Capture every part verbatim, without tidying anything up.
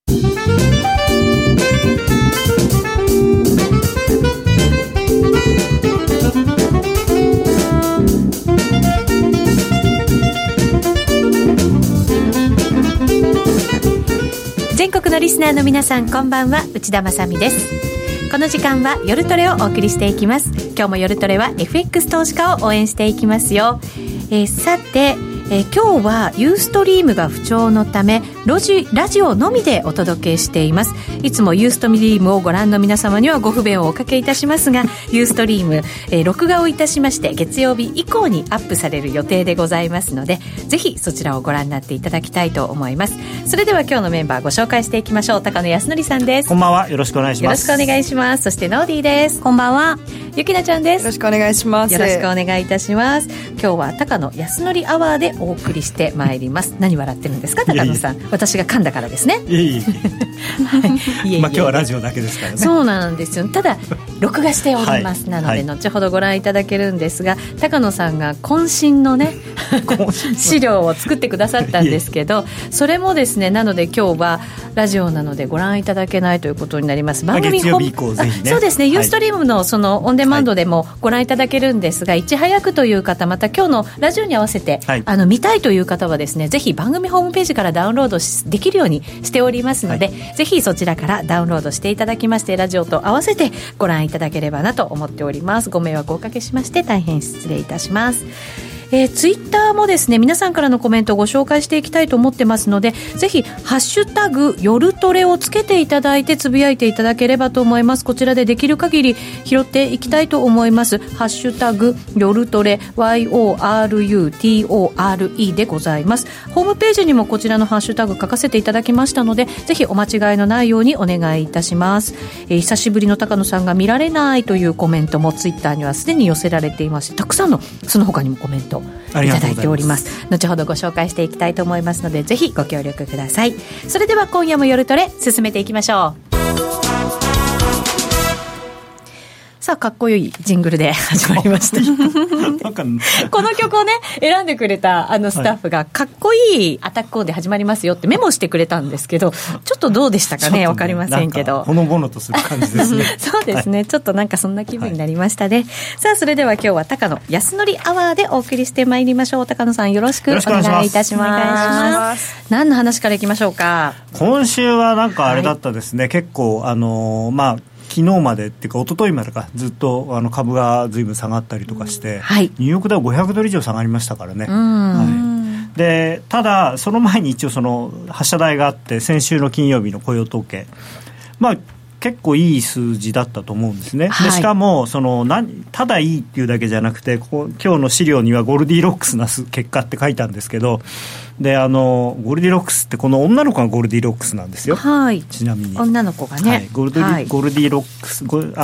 全国のリスナーの皆さん、こんばんは、内田まさみです。この時間は夜トレをお送りしていきます。今日も夜トレは エフエックス 投資家を応援していきますよ。えー、さて、えー、今日はユーストリームが不調のためラジ、ラジオのみでお届けしています。いつもユーストリームをご覧の皆様にはご不便をおかけいたしますが、ユーストリーム、えー、録画をいたしまして月曜日以降にアップされる予定でございますので、ぜひそちらをご覧になっていただきたいと思います。それでは今日のメンバーご紹介していきましょう。高野康則さんです。 こんばんは、よろしくお願いします。 よろしくお願いします。そしてノーディーです。 こんばんは、 ゆきなちゃんです。 よろしくお願いします。 よろしくお願いいたします。今日は高野康則アワーでお送りしてまいります。何笑ってるんですか、高野さん。いやいや、私が噛んだからですね。 いえいえいえまあ今日はラジオだけですからね。 そうなんですよ。ただ録画しております、はい、なので、はい、後ほどご覧いただけるんですが、高野さんが渾身のね資料を作ってくださったんですけど、それもですね、なので今日はラジオなのでご覧いただけないということになります。番組月曜日以降ぜひね。 そうですね、ユーストリームのそのオンデマンドでもご覧いただけるんですが、はい、いち早くという方、また今日のラジオに合わせて、はい、あの見たいという方はですね、ぜひ番組ホームページからダウンロードできるようにしておりますので、はい、ぜひそちらからダウンロードしていただきまして、ラジオと合わせてご覧いただければなと思っております。ご迷惑をおかけしまして大変失礼いたします。えー、ツイッターもですね、皆さんからのコメントをご紹介していきたいと思ってますので、ぜひハッシュタグ夜トレをつけていただいてつぶやいていただければと思います。こちらでできる限り拾っていきたいと思います。ハッシュタグ夜トレ ワイオーアールユーティーオーアールイー でございます。ホームページにもこちらのハッシュタグ書かせていただきましたので、ぜひお間違いのないようにお願いいたします。えー、久しぶりの高野さんが見られないというコメントもツイッターにはすでに寄せられていまして、たくさんのその他にもコメントいただいております。後ほどご紹介していきたいと思いますので、ぜひご協力ください。それでは今夜も夜トレ進めていきましょう。さあ、かっこいいジングルで始まりましたこの曲をね選んでくれたあのスタッフが、はい、かっこいいアタックオンで始まりますよってメモしてくれたんですけど、ちょっとどうでしたかね、わかりませんけど、 ほのぼのとする感じですねそうですね、はい、ちょっとなんかそんな気分になりましたね、はい、さあ、それでは今日は高野康則アワーでお送りしてまいりましょう。高野さん、よろしくお願いいたします。お願いします。何の話からいきましょうか。 今週はなんかあれだったですね、はい、結構あのー、まあ昨日までっていうか一昨日までかずっとあの株がずいぶん下がったりとかして、はい、ニューヨークダウごひゃくドル以上下がりましたからね。うん、はい、でただその前に一応その発射台があって、先週の金曜日の雇用統計、まあ結構いい数字だったと思うんですね、はい、でしかもその何ただいいっていうだけじゃなくて、ここ今日の資料にはゴルディロックスな結果って書いたんですけど、であのゴルディロックスってこの女の子がゴルディロックスなんですよ、はい、ちなみに女の子がね、はい、 ゴルディ、はい、ゴルディロックス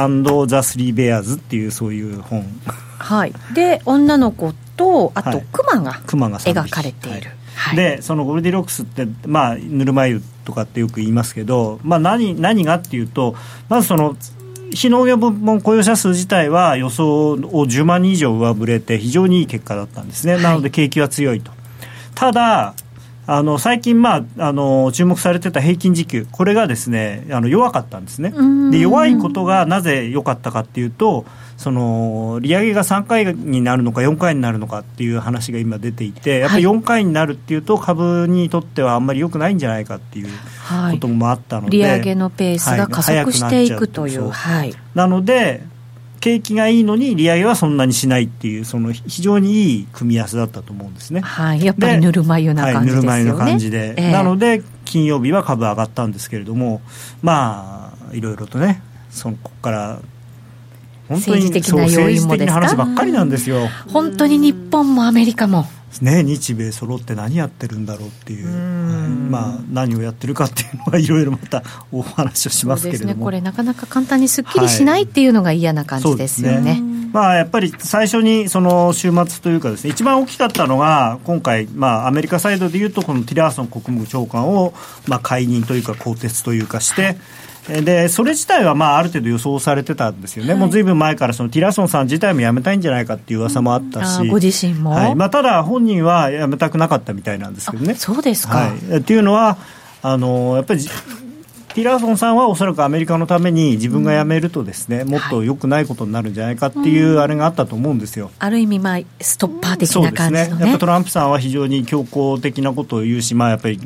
&ザ・スリー・ベアーズっていうそういう本、 はい、で女の子とあとクマが描かれている、 はい、でそのゴルディロックスって、まあ、ぬるま湯とかってよく言いますけど、まあ、何, 何がっていうと、まずその非農業部門雇用者数自体は予想をじゅうまんにん以上上振れて非常にいい結果だったんですね、はい、なので景気は強いと。ただあの最近、まあ、あの注目されてた平均時給、これがですねあの弱かったんですね。で弱いことがなぜ良かったかっていうと、その利上げがさんかいになるのかよんかいになるのかっていう話が今出ていて、やっぱりよんかいになるっていうと株にとってはあんまり良くないんじゃないかっていうこともあったので、 はい、利上げのペースが加速していくという、はい、 なので景気がいいのに利上げはそんなにしないっていう、その非常にいい組み合わせだったと思うんですね、 はい、やっぱりぬるま湯な感じですよね、はい、ぬるま湯な感じで、えー、なので金曜日は株上がったんですけれども、まあいろいろとね、そのここから本当に政治的な要因もですか、 政治的な話ばっかりなんですよ。 本当に日本もアメリカもね、日米揃って何やってるんだろうっていう、うん、まあ、何をやってるかっていうのはいろいろまたお話をしますけれども、そうですね、 これなかなか簡単にすっきりしないっていうのが嫌な感じですよね、はい、そうですね。 まあ、やっぱり最初にその週末というかですね、一番大きかったのが今回、まあ、アメリカサイドでいうとこのティラーソン国務長官をまあ解任というか更迭というかして、でそれ自体はまあある程度予想されてたんですよね、はい、もうずいぶん前からそのティラーソンさん自体も辞めたいんじゃないかっていう噂もあったし、 あご自身も、 はい、まあ、ただ本人は辞めたくなかったみたいなんですけどね。 そうですか、 はい、っていうのはあのやっぱりティラーソンさんはおそらくアメリカのために自分が辞めるとですね、うん、もっと良くないことになるんじゃないかっていうあれがあったと思うんですよ、うん、 ある意味、まあ、ストッパー的な感じの、ね、 そうですね。やっぱトランプさんは非常に強硬的なことを言うし、まあ、やっぱり、うん、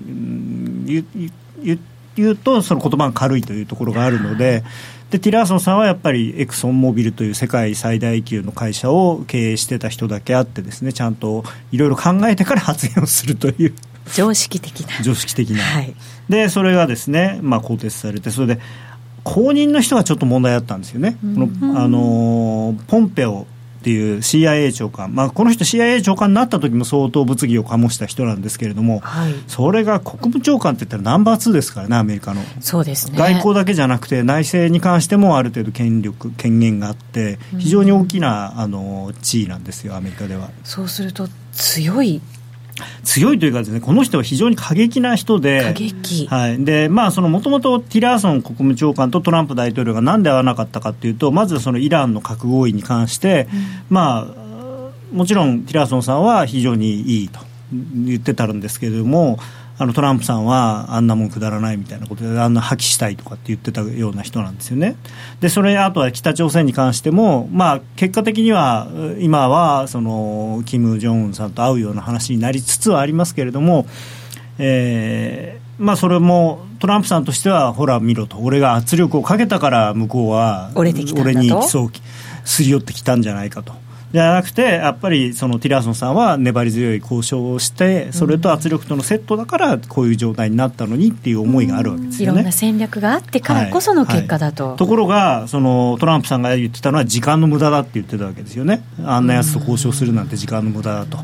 言, 言, 言うとその言葉が軽いというところがあるので、でティラーソンさんはやっぱりエクソンモービルという世界最大級の会社を経営してた人だけあってですね、ちゃんといろいろ考えてから発言をするという常識的な常識的な、 はい、 でそれがですね、まあ、更迭されて、それで後任の人がちょっと問題あったんですよね、うん、このあのポンペオっていう シーアイエー 長官、まあ、この人 シーアイエー 長官になった時も相当物議を醸した人なんですけれども、はい、それが国務長官って言ったらナンバーツーですからね、アメリカの。 そうですね、 外交だけじゃなくて内政に関してもある程度権力権限があって非常に大きな、うん、あの地位なんですよ、アメリカでは。 そうすると強い強いというかですね、この人は非常に過激な人で、 過激、 はい、でまあそのもともとティラーソン国務長官とトランプ大統領がなんで会わなかったかというと、まずそのイランの核合意に関して、うん、まあもちろんティラーソンさんは非常にいいと言ってたんですけれども、あのトランプさんはあんなもんくだらないみたいなことであんな破棄したいとかって言ってたような人なんですよね。でそれあとは北朝鮮に関しても、まあ、結果的には今はそのキム・ジョンウンさんと会うような話になりつつはありますけれども、えーまあ、それもトランプさんとしてはほら見ろと、俺が圧力をかけたから向こうは折れてきたんだと、 俺にそうすり寄ってきたんじゃないかと。じゃなくてやっぱりそのティラーソンさんは粘り強い交渉をして、それと圧力とのセットだからこういう状態になったのにっていう思いがあるわけですよね、 うん、いろんな戦略があってからこその結果だと、 はいはい、ところがそのトランプさんが言ってたのは時間の無駄だって言ってたわけですよね。あんなやつと交渉するなんて時間の無駄だと、はい、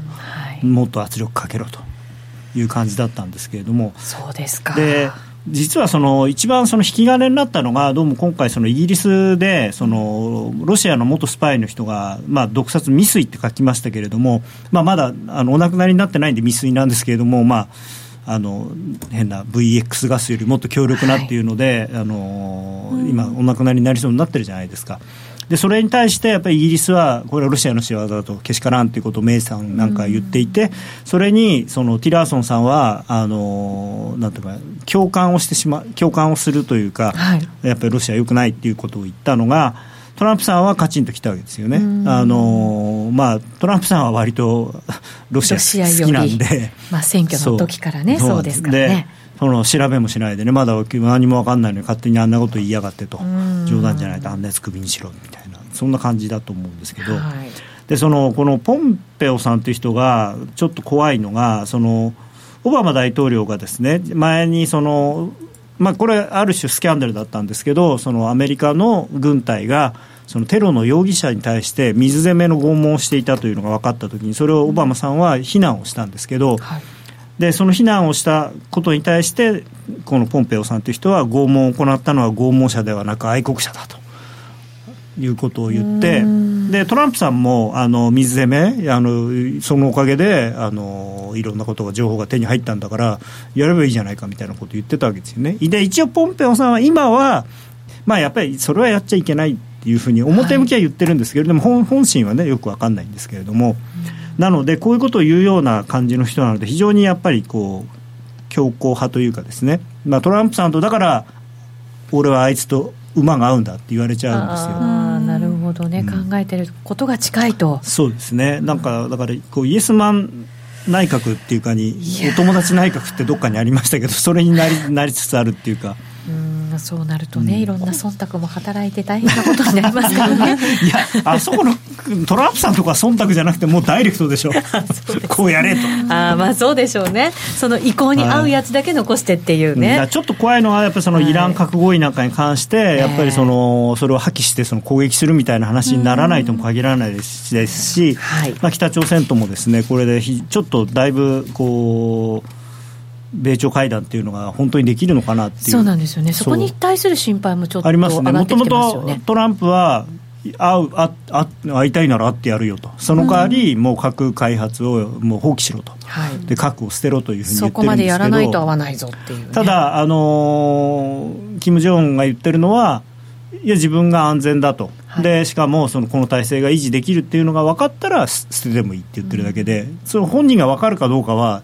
もっと圧力かけろという感じだったんですけれども。 そうですか。 で実はその一番その引き金になったのが、どうも今回そのイギリスでそのロシアの元スパイの人が、まあ、毒殺未遂って書きましたけれども、まあ、まだあのお亡くなりになってないんで未遂なんですけれども、まあ、あの変な ブイエックス ガスよりもっと強力なっていうので、はい、あの今お亡くなりになりそうになってるじゃないですか。でそれに対してやっぱりイギリスはこれはロシアの仕業だとけしからんということをメイさんなんか言っていて、それにそのティラーソンさんはあのなんていうか共感をしてしま共感をするというか、はい、やっぱりロシア良くないっていうことを言ったのがトランプさんはカチンときたわけですよね。あの、まあ、トランプさんは割とロシア好きなんで、 まあ、選挙の時からね、そうですからね。 その調べもしないでね、まだ何も分かんないのに勝手にあんなこと言いやがってと、冗談じゃないとあんなやつクビにしろみたいな、そんな感じだと思うんですけど、はい、でそのこのポンペオさんという人がちょっと怖いのが、そのオバマ大統領がですね、前にその、まあ、これある種スキャンダルだったんですけど、そのアメリカの軍隊がそのテロの容疑者に対して水攻めの拷問をしていたというのが分かったときに、それをオバマさんは非難をしたんですけど、はい、でその非難をしたことに対してこのポンペオさんという人は、拷問を行ったのは拷問者ではなく愛国者だということを言って、でトランプさんもあの水攻めあのそのおかげであのいろんなことが情報が手に入ったんだからやればいいじゃないかみたいなことを言ってたわけですよね。で一応ポンペオさんは今は、まあ、やっぱりそれはやっちゃいけないっていうふうに表向きは言ってるんですけれども、はい、本, 本心はねよく分かんないんですけれども、なのでこういうことを言うような感じの人なので、非常にやっぱりこう強硬派というかですね、まあ、トランプさんとだから俺はあいつと馬が合うんだって言われちゃうんですよ。 あ、なるほどね、うん、考えてることが近いと。 そうですね、なんかだからこうイエスマン内閣っていうかにお友達内閣ってどっかにありましたけど、それにな り, なりつつあるっていうか、 うん、そうなるとね、うん、いろんな忖度も働いて大変なことになりますからねいや、あそこのトランプさんとかは忖度じゃなくてもうダイレクトでしょこうやれと。 あ、まあそうでしょうね、その意向に合うやつだけ残してっていうね、 はい、ちょっと怖いのはやっぱりそのイラン核合意なんかに関して、はい、やっぱりそのそれを破棄してその攻撃するみたいな話にならないとも限らないですし、はい、まあ、北朝鮮ともですね、これでちょっとだいぶこう米朝会談っていうのが本当にできるのかなっていう。 そうなんですよね、そこに対する心配もちょっと上がってきてますよね。 もともとトランプは会うああ会いたいなら会ってやるよと、その代わりもう核開発をもう放棄しろと、はい、で核を捨てろというふうに言ってるんですけど、そこまでやらないと合わないぞっていう、ね、ただ、あのー、キム・ジョンウンが言ってるのは、いや自分が安全だと、はい、でしかもそのこの体制が維持できるっていうのが分かったら捨ててもいいって言ってるだけで、うん、その本人が分かるかどうかは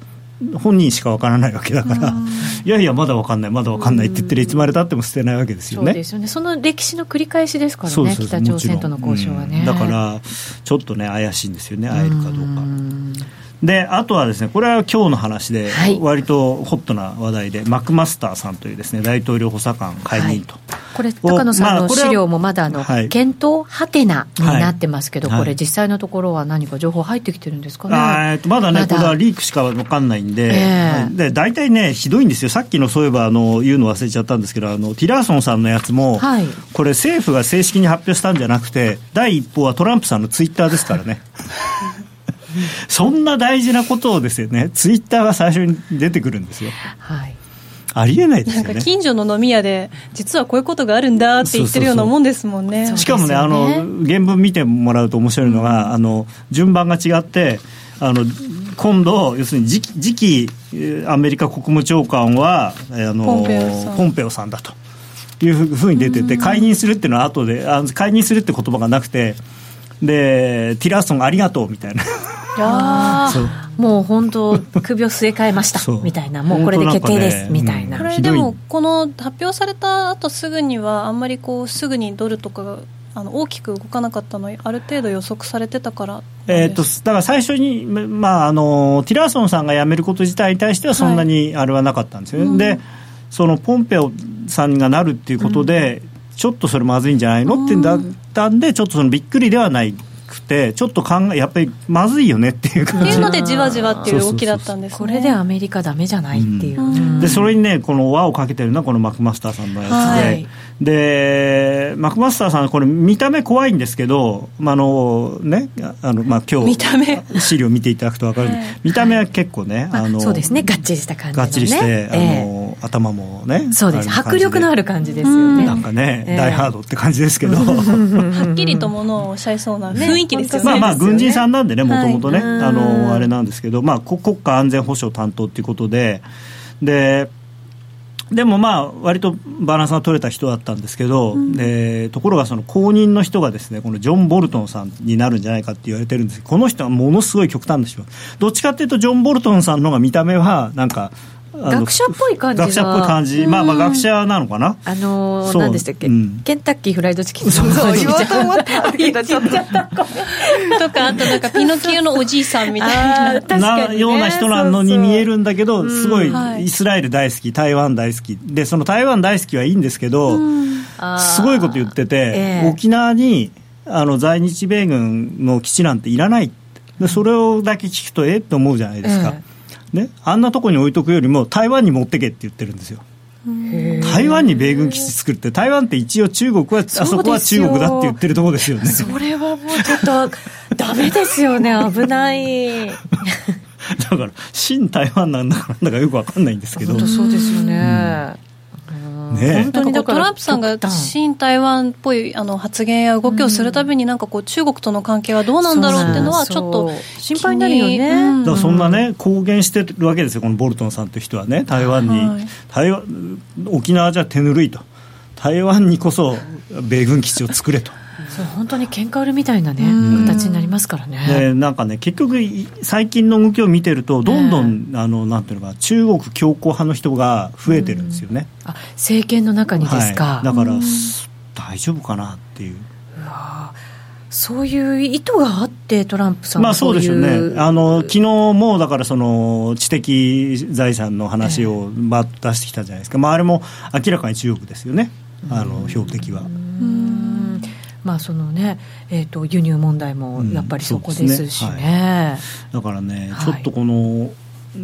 本人しかわからないわけだから、いやいやまだわかんないまだわかんないって言ってるいつまでたっても捨てないわけですよね。 そうですよね。その歴史の繰り返しですからね。そうそうそう、北朝鮮との交渉はね、 うん、だからちょっとね怪しいんですよね、会えるかどうか。であとはですね、これは今日の話で割とホットな話題で、はい、マクマスターさんというですね大統領補佐官解任と、はい、これ高野さんの資料もまだあの、まあ、検討ハテナになってますけど、はい、これ実際のところは何か情報入ってきてるんですかね。 あまだねまだこれはリークしか分かんないんで、えー、で大体ねひどいんですよ。さっきのそういえばあの言うの忘れちゃったんですけど、あのティラーソンさんのやつも、はい、これ政府が正式に発表したんじゃなくて第一報はトランプさんのツイッターですからねそんな大事なことをですよね、ツイッターが最初に出てくるんですよ、はい、ありえないですよね。 なんか近所の飲み屋で実はこういうことがあるんだって言ってるようなもんですもんね。 そうそうそう、しかもね、あの原文見てもらうと面白いのが、うん、あの順番が違って、あの今度要するに 次, 次期アメリカ国務長官はあのポンペオさん、ポンペオさんだというふうに出てて、解任するっていうのは後で、あ解任するって言葉がなくて、でティラーソンありがとうみたいなあもう本当首を据え替えましたみたいな、もうこれで決定です、ね、みたいな、 これでもこの発表された後すぐにはあんまりこうすぐにドルとかがあの大きく動かなかったのはある程度予測されてたからえー、とだから最初に、まあ、あのティラーソンさんが辞めること自体に対してはそんなにあれはなかったんですよね、はい、でそのポンペオさんがなるっていうことで、うん、ちょっとそれまずいんじゃないのってだったんで、ちょっとそのびっくりではないくて、ちょっと考えやっぱりまずいよねっていう感じっていうのでじわじわっていう動きだったんですね。 これでアメリカダメじゃないっていう、うん、 でそれにねこの輪をかけてるのはこのマクマスターさんのやつで、はい、でマクマスターさんこれ見た目怖いんですけど、まあのねあの、まあ、今日資料見ていただくと分かるんで、はい、見た目は結構ね、あのそうですね、がっちりした感じのね、 がっちりして、あの、えー、頭もねそうです、迫力のある感じですよね、 なんかね、えー、ダイハードって感じですけどはっきりとものをおっしゃいそうな雰囲気ですよね。 まあまあ軍人さんなんでね、もともとね、はい、あのあれなんですけど、まあ、国家安全保障担当ということで、ででもまあ割とバランスが取れた人だったんですけど、うん、でところがその後任の人がですねこのジョン・ボルトンさんになるんじゃないかって言われてるんですけど、この人はものすごい極端な人、どっちかっていうとジョン・ボルトンさんの方が見た目はなんか学者っぽい感じが、 学者っぽい感じ、まあまあ学者なのかな、 あのー、何でしたっけ、うん、ケンタッキーフライドチキン、 そうそう言おうと思ったけどちょっととか、あとなんかピノキオのおじいさんみたい な, 確かに、ね、 なような人なのに見えるんだけど、そうそうすごいイスラエル大好き、台湾大好きで、その台湾大好きはいいんですけど、すごいこと言ってて、えー、沖縄にあの在日米軍の基地なんていらないで、それをだけ聞くとえって思うじゃないですか、えーね、あんなとこに置いとくよりも台湾に持ってけって言ってるんですよ。台湾に米軍基地作るって、台湾って一応中国はあそこは中国だって言ってるところですよね。 それはもうちょっとダメですよね、危ないだから新台湾なんだかなんだかよく分かんないんですけど、 本当そうですよね、うんね、 本当にだからトランプさんが親台湾っぽいあの発言や動きをするたびに、なんかこう中国との関係はどうなんだろうっていうのはちょっと心配になるよね、うん、 だからそんなね公言してるわけですよ、このボルトンさんという人はね、台湾に、はい、台湾沖縄じゃ手ぬるいと、台湾にこそ米軍基地を作れとそう本当に喧嘩売るみたいなね形になりますからね。 でなんかね結局最近の動きを見てるとどんどん、ね、あのなんていうのか中国強硬派の人が増えてるんですよね。 あ政権の中にですか、 はい、だから大丈夫かなっていう。 うわそういう意図があってトランプさんはまあそうでしょうね。あの昨日もだからその知的財産の話をバッと出してきたじゃないですか、まあ、あれも明らかに中国ですよね、あの標的は。うんまあそのねえー、と輸入問題もやっぱりそこですしね、うんねはい、 だからねちょっとこの、うん、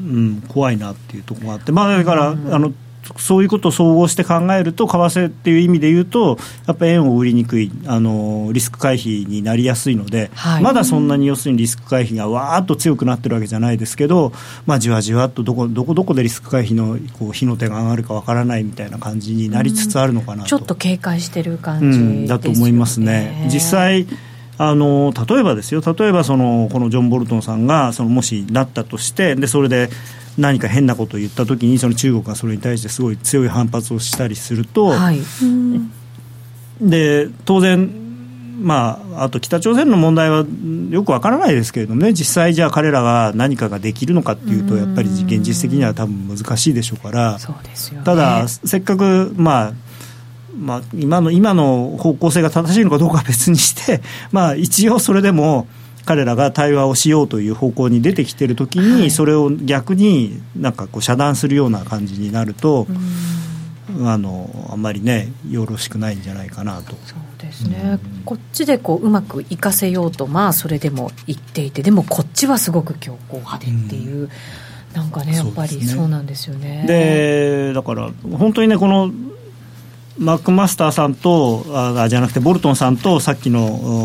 怖いなっていうところがあって、まあ、だから、うん、あのそういうことを総合して考えると為替っていう意味で言うとやっぱり円を売りにくいあのリスク回避になりやすいので、はい、まだそんなに要するにリスク回避がわーっと強くなってるわけじゃないですけど、まあ、じわじわっとどこどこどこでリスク回避のこう火の手が上がるかわからないみたいな感じになりつつあるのかなと、 ちょっと警戒してる感じですよね、うん、 だと思いますね。実際あの例えばですよ例えばそのこのジョン・ボルトンさんがそのもしなったとしてでそれで何か変なことを言ったときにその中国がそれに対してすごい強い反発をしたりすると、はい、で当然まあ、あと北朝鮮の問題はよくわからないですけれどもね、実際じゃあ彼らが何かができるのかっていうとやっぱり現実的には多分難しいでしょうから。 そうですよね。 ただせっかく、まあまあ、今の今の方向性が正しいのかどうかは別にして、まあ、一応それでも彼らが対話をしようという方向に出てきているときに、はい、それを逆になんかこう遮断するような感じになると、あのあんまりねよろしくないんじゃないかなと。 そうですね、うん、こっちでこううまくいかせようと、まあそれでも言っていて、でもこっちはすごく強硬派でっていう、うん、なんかねやっぱりそうなんですよね。 でだから本当にねこのマックマスターさんとあじゃなくてボルトンさんとさっきの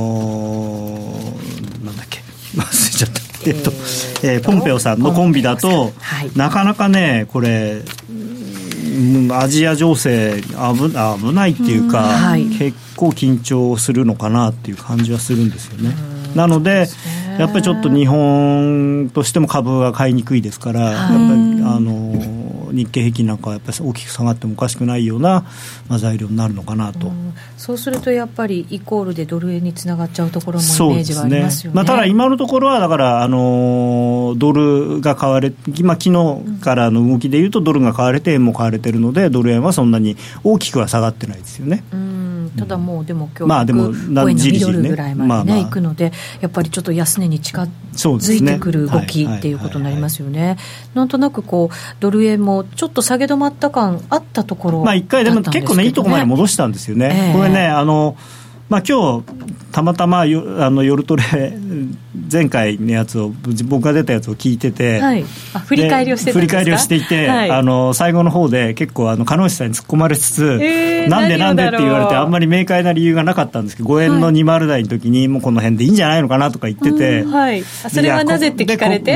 なんだっけ忘れちゃった、えーっとえー、ポンペオさんのコンビだと、はい、なかなかねこれアジア情勢危、危ないっていうか、うんはい、結構緊張するのかなっていう感じはするんですよね。なのでやっぱりちょっと日本としても株は買いにくいですから、はい、やっぱりあの日経平均なんかはやっぱり大きく下がってもおかしくないような、まあ、材料になるのかなと、うん、そうするとやっぱりイコールでドル円につながっちゃうところもイメージはありますよね。まあ、ただ今のところはだからあのドルが買われ、まあ、昨日からの動きでいうとドルが買われて円も買われているのでドル円はそんなに大きくは下がってないですよね。うん、ただもうでも今日まあでもごえんのミドルぐらいまでね、まあまあ、行くのでやっぱりちょっと安値に近づいてくる動きっていうことになりますよね。なんとなくこうドル円もちょっと下げ止まった感あったところだったんですけどね、まあ、いっかいでも結構ねいいところまで戻したんですよね、えー、これねあのまあ、今日たまたまよあの夜トレ前回のやつを僕が出たやつを聞いてて、はい、あ振り返りをしてたんですか。振り返りをしていて、はい、あの最後の方で結構あの鹿野内さんに突っ込まれつつ、えー、なんでなんでって言われてあんまり明快な理由がなかったんですけどごえんのにじゅう台の時にもうこの辺でいいんじゃないのかなとか言ってて、はい、それはなぜって聞かれて、うん、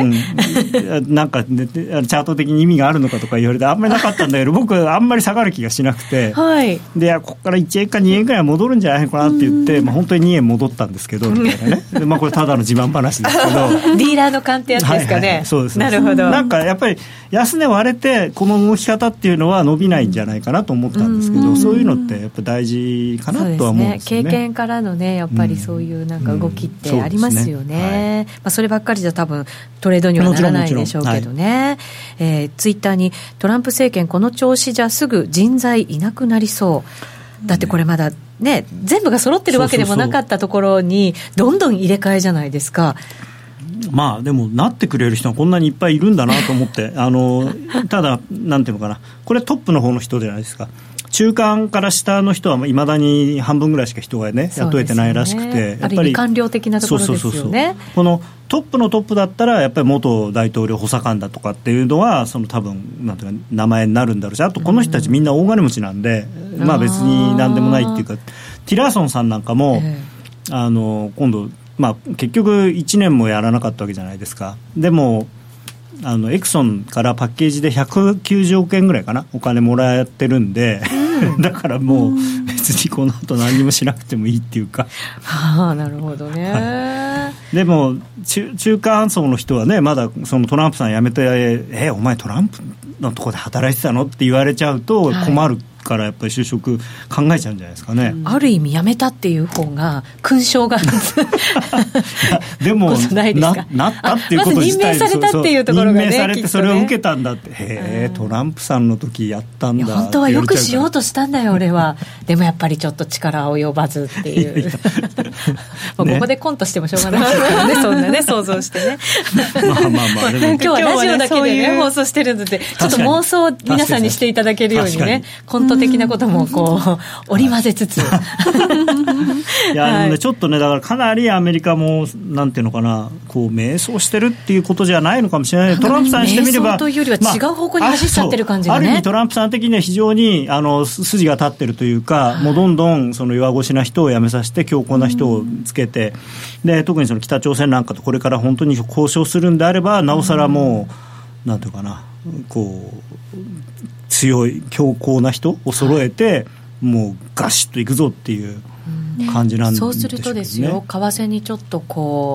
なんか、ね、チャート的に意味があるのかとか言われてあんまりなかったんだけど僕あんまり下がる気がしなくて、はい、でここからいちえんかにえんくらい戻るんじゃないのかなって言って、まあ、本当ににえん戻ったんですけどみたいなねで、まあ、これただの自慢話ですけどディーラーの勘ってやつですかね、はいはい、そうです。なるほど。 なんかやっぱり安値割れてこの動き方っていうのは伸びないんじゃないかなと思ったんですけど、うん、そういうのってやっぱ大事かなとは思うんですよね。経験からのねやっぱりそういうなんか動きってありますよね、うんうん そ, ね、はいまあ、そればっかりじゃ多分トレードにはならないでしょうけどね、はいえー、ツイッターにトランプ政権この調子じゃすぐ人材いなくなりそうだってこれまだね、全部が揃ってるわけでもなかったところにどんどん入れ替えじゃないですか。 まあでもなってくれる人はこんなにいっぱいいるんだなと思ってあのただなんていうのかなこれトップの方の人じゃないですか。中間から下の人はいまだに半分ぐらいしか人がね雇えてないらしくて、 やっぱり官僚的なところですよね。そうそうそうそうこのトップのトップだったらやっぱり元大統領補佐官だとかっていうのはその多分なんていうか名前になるんだろうし、あとこの人たちみんな大金持ちなんで、うん、まあ別に何でもないっていうかティラーソンさんなんかも、えー、あの今度、まあ、結局いちねんもやらなかったわけじゃないですか。でもあのエクソンからパッケージでひゃくきゅうじゅうおくえんぐらいかなお金もらってるんで、うん、だからもう別にこの後何もしなくてもいいっていうかはあなるほどね、 はい、でも 中, 中間層の人はねまだそのトランプさん辞めてえお前トランプのとこで働いてたのって言われちゃうと困る、はいからやっぱり就職考えちゃうんじゃないですかね、 うん、ある意味やめたっていう方が勲章がでも な, なったっていうこと自体、 まず任命されたっていうところがね任命されてそれを受けたんだって、ね、へえトランプさんの時やったんだ本当はよくしようとしたんだよ俺はでもやっぱりちょっと力及ばずっていういやいやここでコントしてもしょうがないですからねそんなね想像してねまあまあまあ今日はラジオだけでね放送してるのでちょっと妄想を皆さんにしていただけるようにねコント的なこともこう織り交ぜつついや、はい、ちょっとねだからかなりアメリカもなんていうのかなこう迷走してるっていうことじゃないのかもしれない。トランプさんにしてみれば迷走というよりは違う方向に走っちゃってる感じがね、 まあ、あ, ある意味トランプさん的には非常にあの筋が立ってるというかもうどんどんその弱腰な人を辞めさせて強硬な人をつけてで特にその北朝鮮なんかとこれから本当に交渉するんであればなおさらもうなんていうかなこう強い強硬な人を揃えて、はい、もうガシッといくぞっていう感じなんでしょうね、 そうするとですよ為替にちょっとこう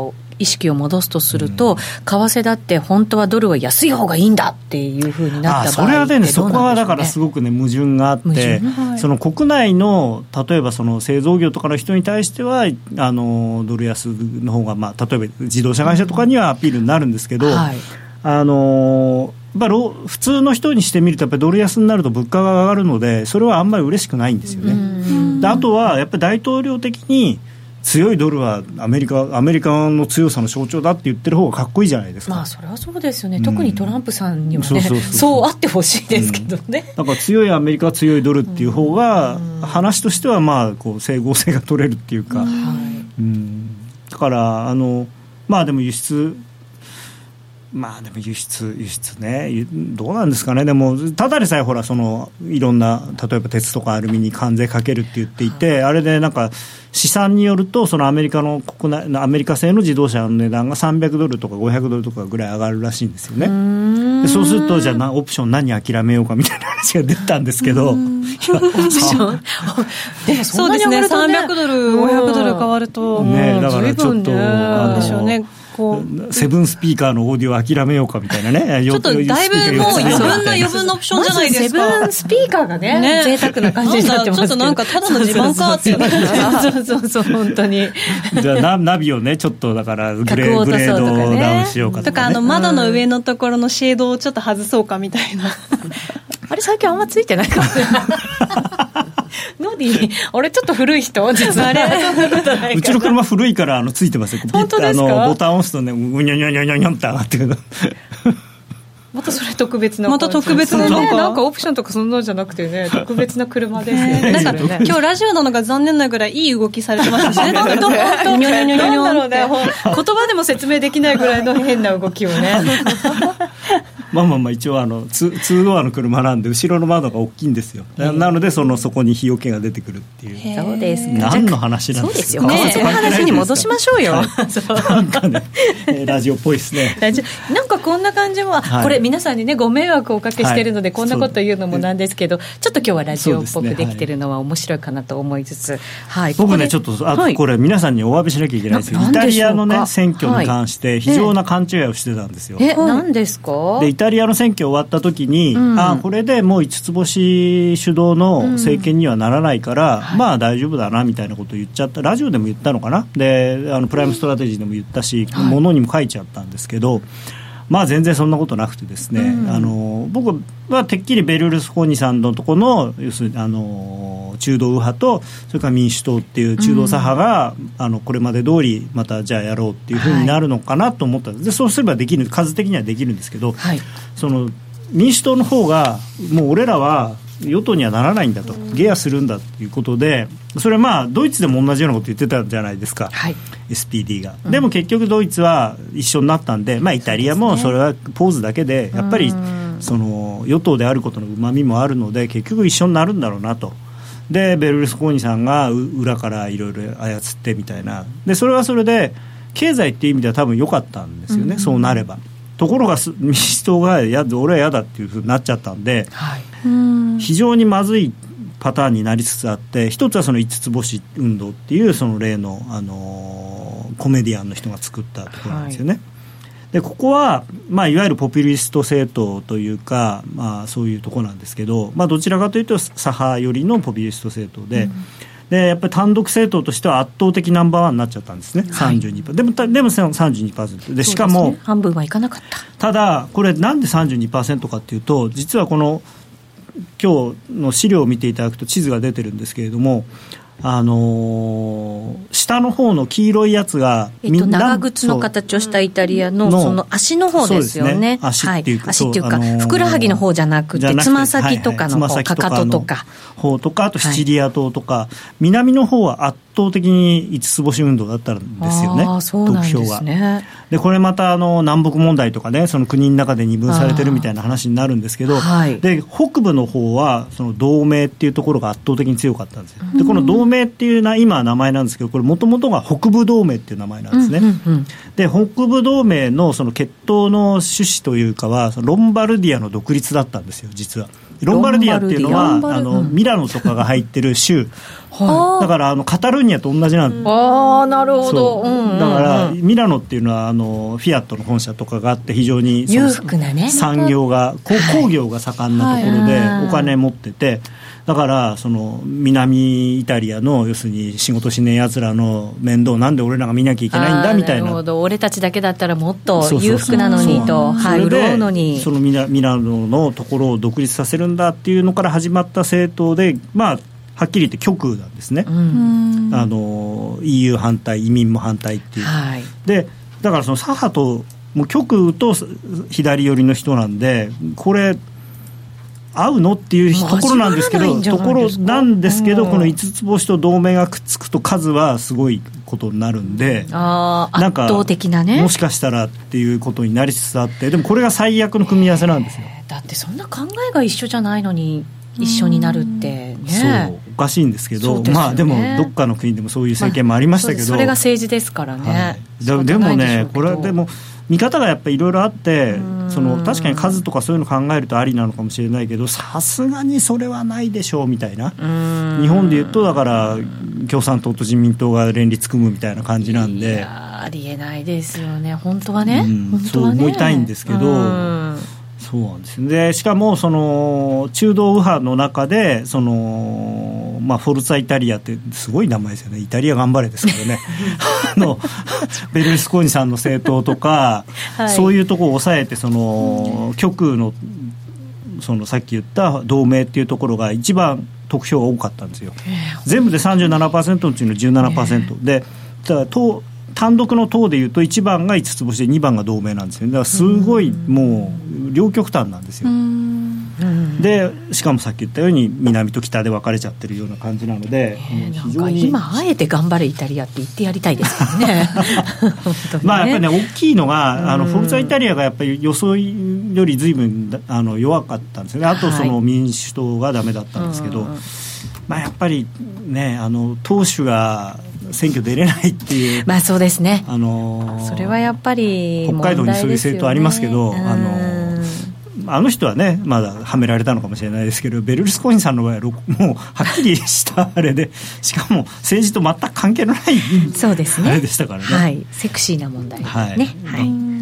意識を戻すとすると、うん、為替だって本当はドルは安い方がいいんだっていうふうになった場合ってどうなんでしょうね。あ、それはね、 そこはだからすごくね矛盾があって、はい、その国内の例えばその製造業とかの人に対してはあのドル安の方が、まあ、例えば自動車会社とかにはアピールになるんですけど、うんはい、あのやっぱ普通の人にしてみるとやっぱりドル安になると物価が上がるのでそれはあんまり嬉しくないんですよね。であとはやっぱり大統領的に強いドルはアメリカ、アメリカの強さの象徴だって言ってる方がかっこいいじゃないですか。 まあそれはそうですよね、うん、特にトランプさんにはね、そうそうそうそう、そうあってほしいですけどね、 うん、だから強いアメリカは強いドルっていう方が話としてはまあこう整合性が取れるっていうか、うんうん、だからあのまあでも輸出まあでも輸出輸出ねどうなんですかね。でもただでさえほらそのいろんな例えば鉄とかアルミに関税かけるって言っていて、はい、あれでなんか試算によるとそのアメリカの国内アメリカ製の自動車の値段がさんびゃくドルとかごひゃくドルとかぐらい上がるらしいんですよね。でそうするとじゃあオプション何諦めようかみたいな話が出たんですけど、オプションでもそうですね、さんびゃくドルごひゃくドル変わると、 ね、だからちょっとなんでしょうね、こうセブンスピーカーのオーディオを諦めようかみたいなね、 ちょっとだいぶもう余分な余分なオプションじゃないですか。 セブンスピーカーがね、ね贅沢な感じになってますけど、 ちょっとなんかただの自慢かっていうそうそうそう本当にじゃあ ナ, ナビをねちょっとだからグレー、グレードダウンしようかとか、ね、 とかあの窓の上のところのシェードをちょっと外そうかみたいなあれ最近あんまついてないかもノディ俺ちょっと古い人実はあれうちの車古いからあのついてますよ。 本当ですか。 あのボタンを押すとねうにゃにゃにゃにゃにゃって上がってくるまたそれ特別なまた特別ななんか、なんかオプションとかそんなんじゃなくてね特別な車ですよね。 なんか今日ラジオなのが残念なぐらいいい動きされてましたしね。本当本当ニョニョニョニョニョなんだろうね、言葉でも説明できないぐらいの変な動きをねまあまあまあ一応あの ツ, ツードアの車なんで後ろの窓が大きいんですよ。なのでそのそこに日よけが出てくるっていう。 そうですか。 何の話なんですか。 そうですよね。そういう話に戻しましょうよ、はい、 そうなんかねラジオっぽいですね。 なんかこんな感じは、はい、これ皆さんにねご迷惑をおかけしているので、はい、こんなこと言うのもなんですけど、ちょっと今日はラジオっぽくできてるのは面白いかなと思いつつ、はい、 僕ねちょっとあ、はい、これ皆さんにお詫びしなきゃいけないんですけど、イタリアのね選挙に関して非常な勘違いをしてたんですよ。 え、何ですか。 でイタリアの選挙終わった時に、うん、あこれでもう五つ星主導の政権にはならないから、うん、まあ大丈夫だなみたいなことを言っちゃった。ラジオでも言ったのかな。であのプライムストラテジーでも言ったし、はい、ものにも書いちゃったんですけど、まあ全然そんなことなくてですね、うん、あの僕はてっきりベルルスコーニさんのところの要するにあの中道右派とそれから民主党っていう中道左派が、うん、あのこれまで通りまたじゃあやろうっていうふうになるのかなと思ったんです。でそうすればできる、数的にはできるんですけど、はい、その民主党の方がもう俺らは与党にはならないんだと、ゲアするんだということで、それはまあドイツでも同じようなこと言ってたじゃないですか、はい、エスピーディー が、うん、でも結局ドイツは一緒になったんで、まあ、イタリアもそれはポーズだけでやっぱりその与党であることのうまみもあるので結局一緒になるんだろうなと。でベルルスコーニさんが裏からいろいろ操ってみたいな、でそれはそれで経済っていう意味では多分良かったんですよね、うん、そうなれば。ところが民主党がや俺は嫌だっていうふうになっちゃったんで、はい、非常にまずいパターンになりつつあって、一つはその五つ星運動っていうその例の、あのー、コメディアンの人が作ったところなんですよね、はい、でここは、まあ、いわゆるポピュリスト政党というか、まあ、そういうところなんですけど、まあ、どちらかというと左派寄りのポピュリスト政党で、うんでやっぱり単独政党としては圧倒的ナンバーワンになっちゃったんですね、はい、さんじゅうにパーセント でも、でも さんじゅうにパーセント で、しかも、ね、 半分はいかなかった。 ただこれなんで さんじゅうにパーセント かっていうと、実はこの今日の資料を見ていただくと地図が出てるんですけれども、あのー、下の方の黄色いやつが、 えっと、長靴の形をしたイタリア の, その足の方ですよ ね, ね足っていうか、はい、 足っていうか、あのー、ふくらはぎの方じゃなくてつま先とかの方、はいはい、かかととか方とか、あとシチリア島とか、はい、南の方は圧倒的に五つ星運動だったんですよね。 あ、そうなんですね。 でこれまたあの南北問題とかね、その国の中で二分されてるみたいな話になるんですけど、はい、で北部の方はその同盟っていうところが圧倒的に強かったんですよ。でこの同盟っていうのは今は名前なんですけど、これもともとが北部同盟っていう名前なんですね、うんうんうん、で北部同盟のその決闘の趣旨というかは、そのロンバルディアの独立だったんですよ実は。 ロンバルディアっていうのはあの、うん、ミラノとかが入ってる州だからあのカタルーニャと同じなんです。 ああなるほど、うんうんうん、 だからミラノっていうのはあのフィアットの本社とかがあって非常に裕福なね産業が工業が盛んなところでお金持ってて、だからその南イタリアの要するに仕事しねえやつらの面倒なんで俺らが見なきゃいけないんだみたいな。 なるほど、俺たちだけだったらもっと裕福なのにと潤うのに、 そのミラ、ミラノのところを独立させるんだっていうのから始まった政党で、まあはっきり言って極右なんですね、うん、あの イーユー 反対移民も反対っていう、はい、でだからその左派ともう極右と左寄りの人なんでこれ合うのっていうところなんですけどところなんですけど、この五つ星と同盟がくっつくと数はすごいことになるんで、 あなんか圧倒的なねもしかしたらっていうことになりつつあって、でもこれが最悪の組み合わせなんですよ。 だってそんな考えが一緒じゃないのに一緒になるってね、 そうおかしいんですけど、で、ね、まあでもどっかの国でもそういう政権もありましたけど、まあ、 そ, それが政治ですからね、はい、 で, でもねこれはでも見方がやっぱりいろいろあって、その確かに数とかそういうの考えるとありなのかもしれないけど、さすがにそれはないでしょうみたいな、日本でいうとだから共産党と自民党が連立組むみたいな感じなんで、いやありえないですよね本当はね、うん、 本当はねそう思いたいんですけど、そうなんですでしかもその中道右派の中でその、まあ、フォルツァイタリアってすごい名前ですよね、イタリア頑張れですけどねあのベルルスコーニさんの政党とか、はい、そういうところを抑えてその極右のそのさっき言った同盟っていうところが一番得票が多かったんですよ。全部で さんじゅうななパーセント のうちの じゅうななパーセント で、ただ党単独の党でいうといちばんが五つ星でにばんが同盟なんですよね。だからすごいもう両極端なんですよ。でしかもさっき言ったように南と北で分かれちゃってるような感じなので、 非常に今あえて頑張れイタリアって言ってやりたいですけどねまあやっぱりね大きいのがあのフォルツァイタリアがやっぱり予想より随分あの弱かったんですよね。あとその民主党がダメだったんですけど、はい、まあ、やっぱりねあの党首が選挙出れないっていう、 まあそうですね、 あのー、 それはやっぱり北海道にそういう政党ありますけど、あのー、あの人はねまだはめられたのかもしれないですけど、ベルルスコーニさんの場合はもうはっきりしたあれでしかも政治と全く関係のないそうですね、 あれでしたからね、 はい、セクシーな問題ですね、はいはい、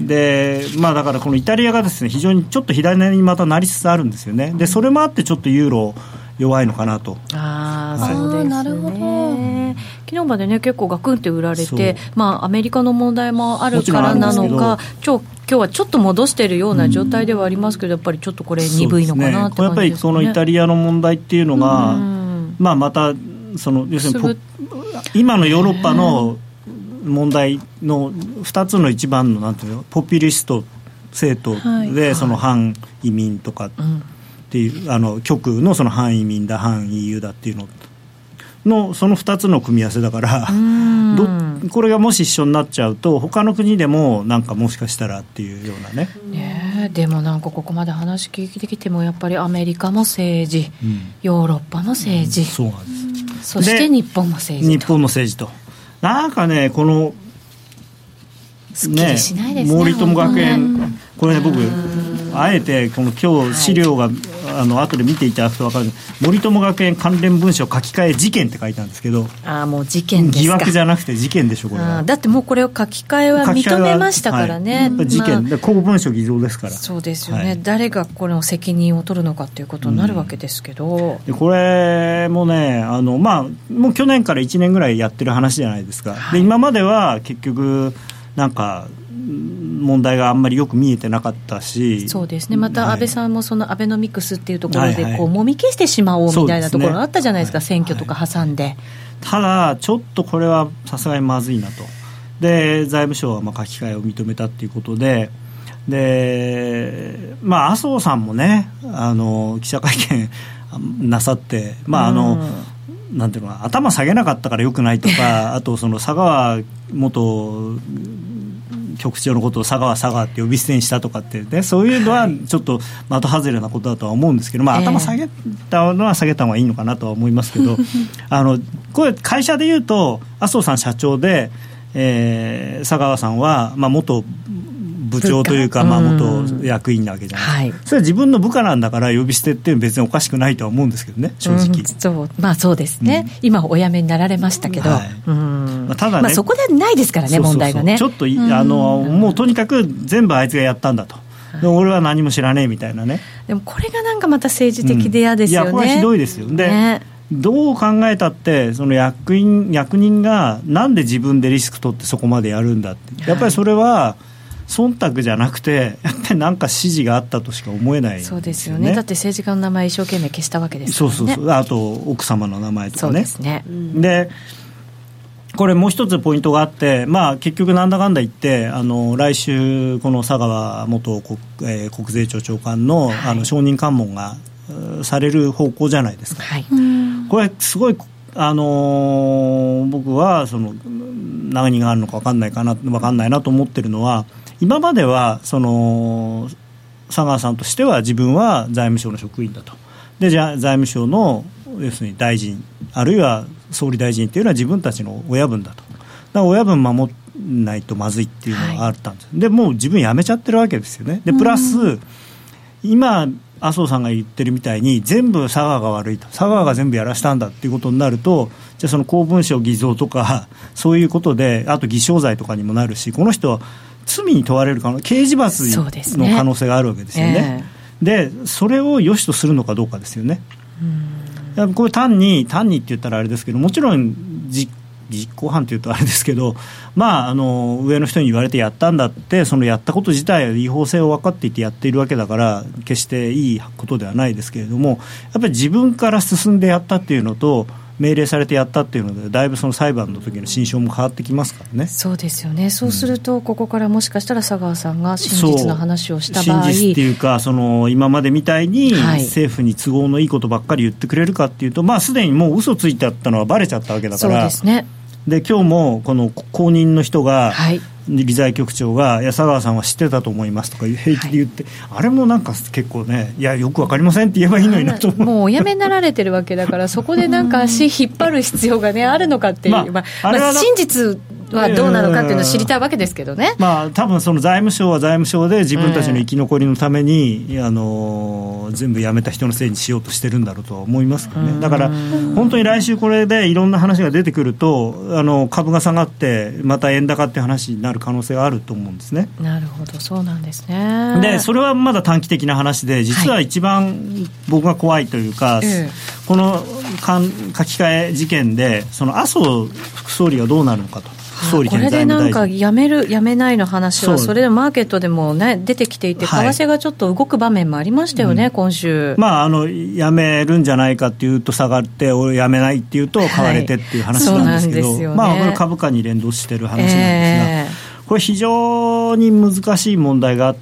でまあ、だからこのイタリアがですね非常にちょっと左にまたなりつつあるんですよね。でそれもあってちょっとユーロ弱いのかなと。 あ、はい、そうですね、なるほど。昨日までね結構ガクンって売られて、まあ、アメリカの問題もあるからなのか今日はちょっと戻しているような状態ではありますけど、やっぱりちょっとこれ鈍いのかなって感じですね。 やっぱりそのイタリアの問題っていうのが、まあ、またその要するに今のヨーロッパの問題のふたつの一番のなんていうのポピュリスト政党で、はい、その反移民とか、うんっていうあの極右のその反移民だ反 イーユー だっていうののそのふたつの組み合わせだからどこれがもし一緒になっちゃうと他の国でもなんかもしかしたらっていうようなね。 ね、でもなんかここまで話聞いてきてもやっぱりアメリカも政治、うん、ヨーロッパも政治、うん、そうなんです。そして日本も政治と日本も政治となんかねこのすっきりしないですね、 森友学園、ね、これね僕あえてこの今日資料が、はい、あの後で見ていただくと分かる森友学園関連文書書き換え事件って書いたんですけど、 あもう事件ですか。 疑惑じゃなくて事件でしょこれは。 あだってもうこれを書き換えは認めましたからね、 はい、事件、まあ、公文書偽造ですから。 そうですよね、はい、誰がこの責任を取るのかということになるわけですけど、 うん、でこれもねあの、まあ、もう去年からいちねんぐらいやってる話じゃないですか、はい、で今までは結局なんか問題があんまりよく見えてなかったし、 そうですね、また安倍さんもそのアベノミクスっていうところでこうもみ消してしまおうみたいなところがあったじゃないですか、選挙とか挟んで、はい、 ただちょっとこれはさすがにまずいなと。で財務省はまあ書き換えを認めたっていうことで、で、まあ、麻生さんもねあの記者会見なさって、まああのうん、なんていうのか頭下げなかったからよくないとかあとその佐川元局長のことを佐川佐川って呼び捨てにしたとかって、ね、そういうのはちょっと的外れなことだとは思うんですけど、まあ、頭下げたのは下げた方がいいのかなとは思いますけど、えー、あのこれ会社でいうと麻生さん社長で、えー、佐川さんは、まあ、元部長というか、まあ、元役員なわけじゃないですか、はい、それは自分の部下なんだから呼び捨てっていうのは別におかしくないとは思うんですけどね、正直、うん、 そうまあそうですね、うん、今お辞めになられましたけど、はい、うんまあ、ただね、まあ、そこでないですからね、そうそうそう、問題がね、 ちょっとあのもうとにかく全部あいつがやったんだと、で俺は何も知らねえみたいなね。 でもこれがなんかまた政治的で嫌ですよね、 うん、いやこれはひどいですよ。で、ね、どう考えたってその役員役人がなんで自分でリスク取ってそこまでやるんだって、やっぱりそれは忖度じゃなくてやっぱりなんか指示があったとしか思えないんですよね。 そうですよね。だって政治家の名前一生懸命消したわけですからね。 そうそうそう、あと奥様の名前とかね。 そうですね、うん、 でこれもう一つポイントがあって、まあ、結局なんだかんだ言ってあの来週この佐川元 国,、えー、国税庁長官 の,、はい、あの証人喚問がされる方向じゃないですか、はい、これすごい、あのー、僕はその何があるのか分かんないかな分かんないなと思ってるのは、今まではその佐川さんとしては自分は財務省の職員だと、でじゃあ財務省の要するに大臣あるいは総理大臣っていうのは自分たちの親分だと、だから親分守らないとまずいっていうのがあったんです、はい、でもう自分辞めちゃってるわけですよね。でプラス今麻生さんが言ってるみたいに全部佐川が悪いと、佐川が全部やらしたんだっていうことになると、じゃあその公文書偽造とかそういうことで、あと偽証罪とかにもなるし、この人は罪に問われる可能刑事罰の可能性があるわけですよね。でそれを良しとするのかどうかですよね。うん、これ単に単にって言ったらあれですけど、もちろん実実行犯というとあれですけど、まあ、あの上の人に言われてやったんだって、そのやったこと自体は違法性を分かっていてやっているわけだから決していいことではないですけれども、やっぱり自分から進んでやったっていうのと命令されてやったっていうのでだいぶその裁判の時の心証も変わってきますからね。 そうですよね。そうすると、うん、ここからもしかしたら佐川さんが真実の話をした場合、 真実っていうかその今までみたいに政府に都合のいいことばっかり言ってくれるかっていうと、まあ、すでにもう嘘ついてあったのはバレちゃったわけだから。 そうですね。 で今日もこの後任の人が、はい、理財局長がいや佐川さんは知ってたと思いますとか平気で言って、はい、あれもなんか結構ね、いやよく分かりませんって言えばいいのになと思う。 もうお辞めになられてるわけだからそこでなんか足引っ張る必要が、ね、あるのかっていう、まあまあまあ、真実はどうなのかっていうのを知りたいわけですけどね。 まあ、多分その財務省は財務省で自分たちの生き残りのために、うん、あの全部辞めた人のせいにしようとしてるんだろうとは思いますけどね。だから本当に来週これでいろんな話が出てくると、あの株が下がってまた円高っていう話になる可能性があると思うんですね。 なるほど、そうなんですね。 でそれはまだ短期的な話で、実は一番僕が怖いというか、はい、この書き換え事件でその麻生副総理がどうなるのかと。総理これでなんかやめるやめないの話はそれでマーケットでも、ね、出てきていて、為替がちょっと動く場面もありましたよね、はい、今週、 まあ、あのやめるんじゃないかっていうと下がって俺やめないっていうと買われてっていう話なんですけど、はいね、まあ、これ株価に連動してる話なんですが、えーこれ非常に難しい問題があって、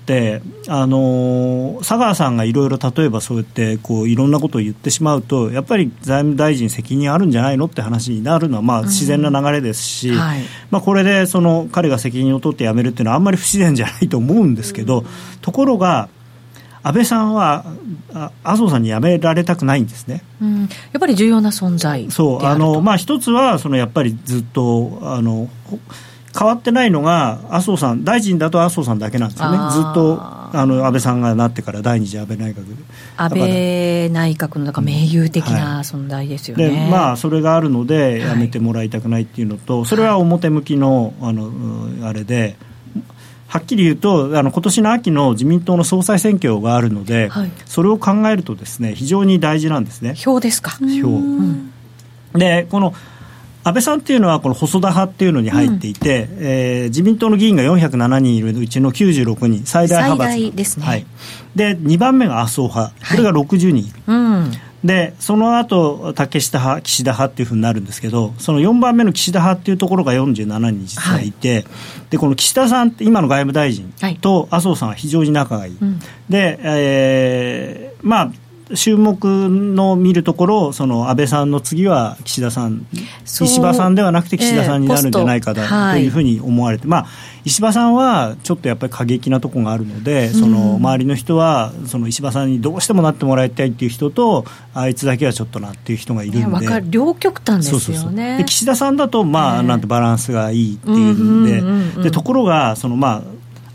あの佐川さんがいろいろ例えばそうやってこういろんなことを言ってしまうと、やっぱり財務大臣責任あるんじゃないのって話になるのはまあ自然な流れですし、うんはいまあ、これでその彼が責任を取って辞めるっていうのはあんまり不自然じゃないと思うんですけど、うん、ところが安倍さんは麻生さんに辞められたくないんですね、 うん、やっぱり重要な存在そうあの、まあ、一つはそのやっぱりずっとあの変わってないのが麻生さん、大臣だと麻生さんだけなんですよね。ずっとあの安倍さんがなってから第二次安倍内閣で安倍内閣のなんか盟友的な存在ですよね、 うんはいでまあ、それがあるので辞めてもらいたくないっていうのと、はい、それは表向き の, あのあれではっきり言うとあの今年の秋の自民党の総裁選挙があるので、はい、それを考えるとですね非常に大事なんですね。 票ですか。 票、うん、でこの安倍さんっていうのはこの細田派っていうのに入っていて、うんえー、自民党の議員がよんひゃくななにんいるうちのきゅうじゅうろくにん最大派閥最大ですね、 はい、でにばんめが麻生派、これがろくじゅうにんいる、はいうんでその後竹下派岸田派っていうふうになるんですけど、そのよんばんめの岸田派っていうところがよんじゅうななにん実はいて、はい、でこの岸田さんって今の外務大臣と麻生さんは非常に仲がいい、はい、で、えー、まあ注目の見るところ、その安倍さんの次は岸田さん、石破さんではなくて岸田さんになるんじゃないかだというふうに思われて、えーまあ、石破さんはちょっとやっぱり過激なところがあるので、その周りの人はその石破さんにどうしてもなってもらいたいっていう人と、あいつだけはちょっとなっていう人がいるんで、 分かる両極端ですよね。そうそうそうで岸田さんだと、まあえー、なんてバランスがいいっていうんで、でところがそのまあ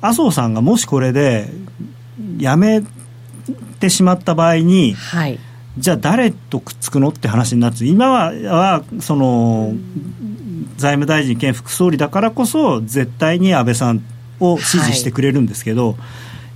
麻生さんがもしこれで辞めてしまった場合に、はい、じゃあ誰とくっつくのって話になって、今は、はその財務大臣兼副総理だからこそ絶対に安倍さんを支持してくれるんですけど、はい、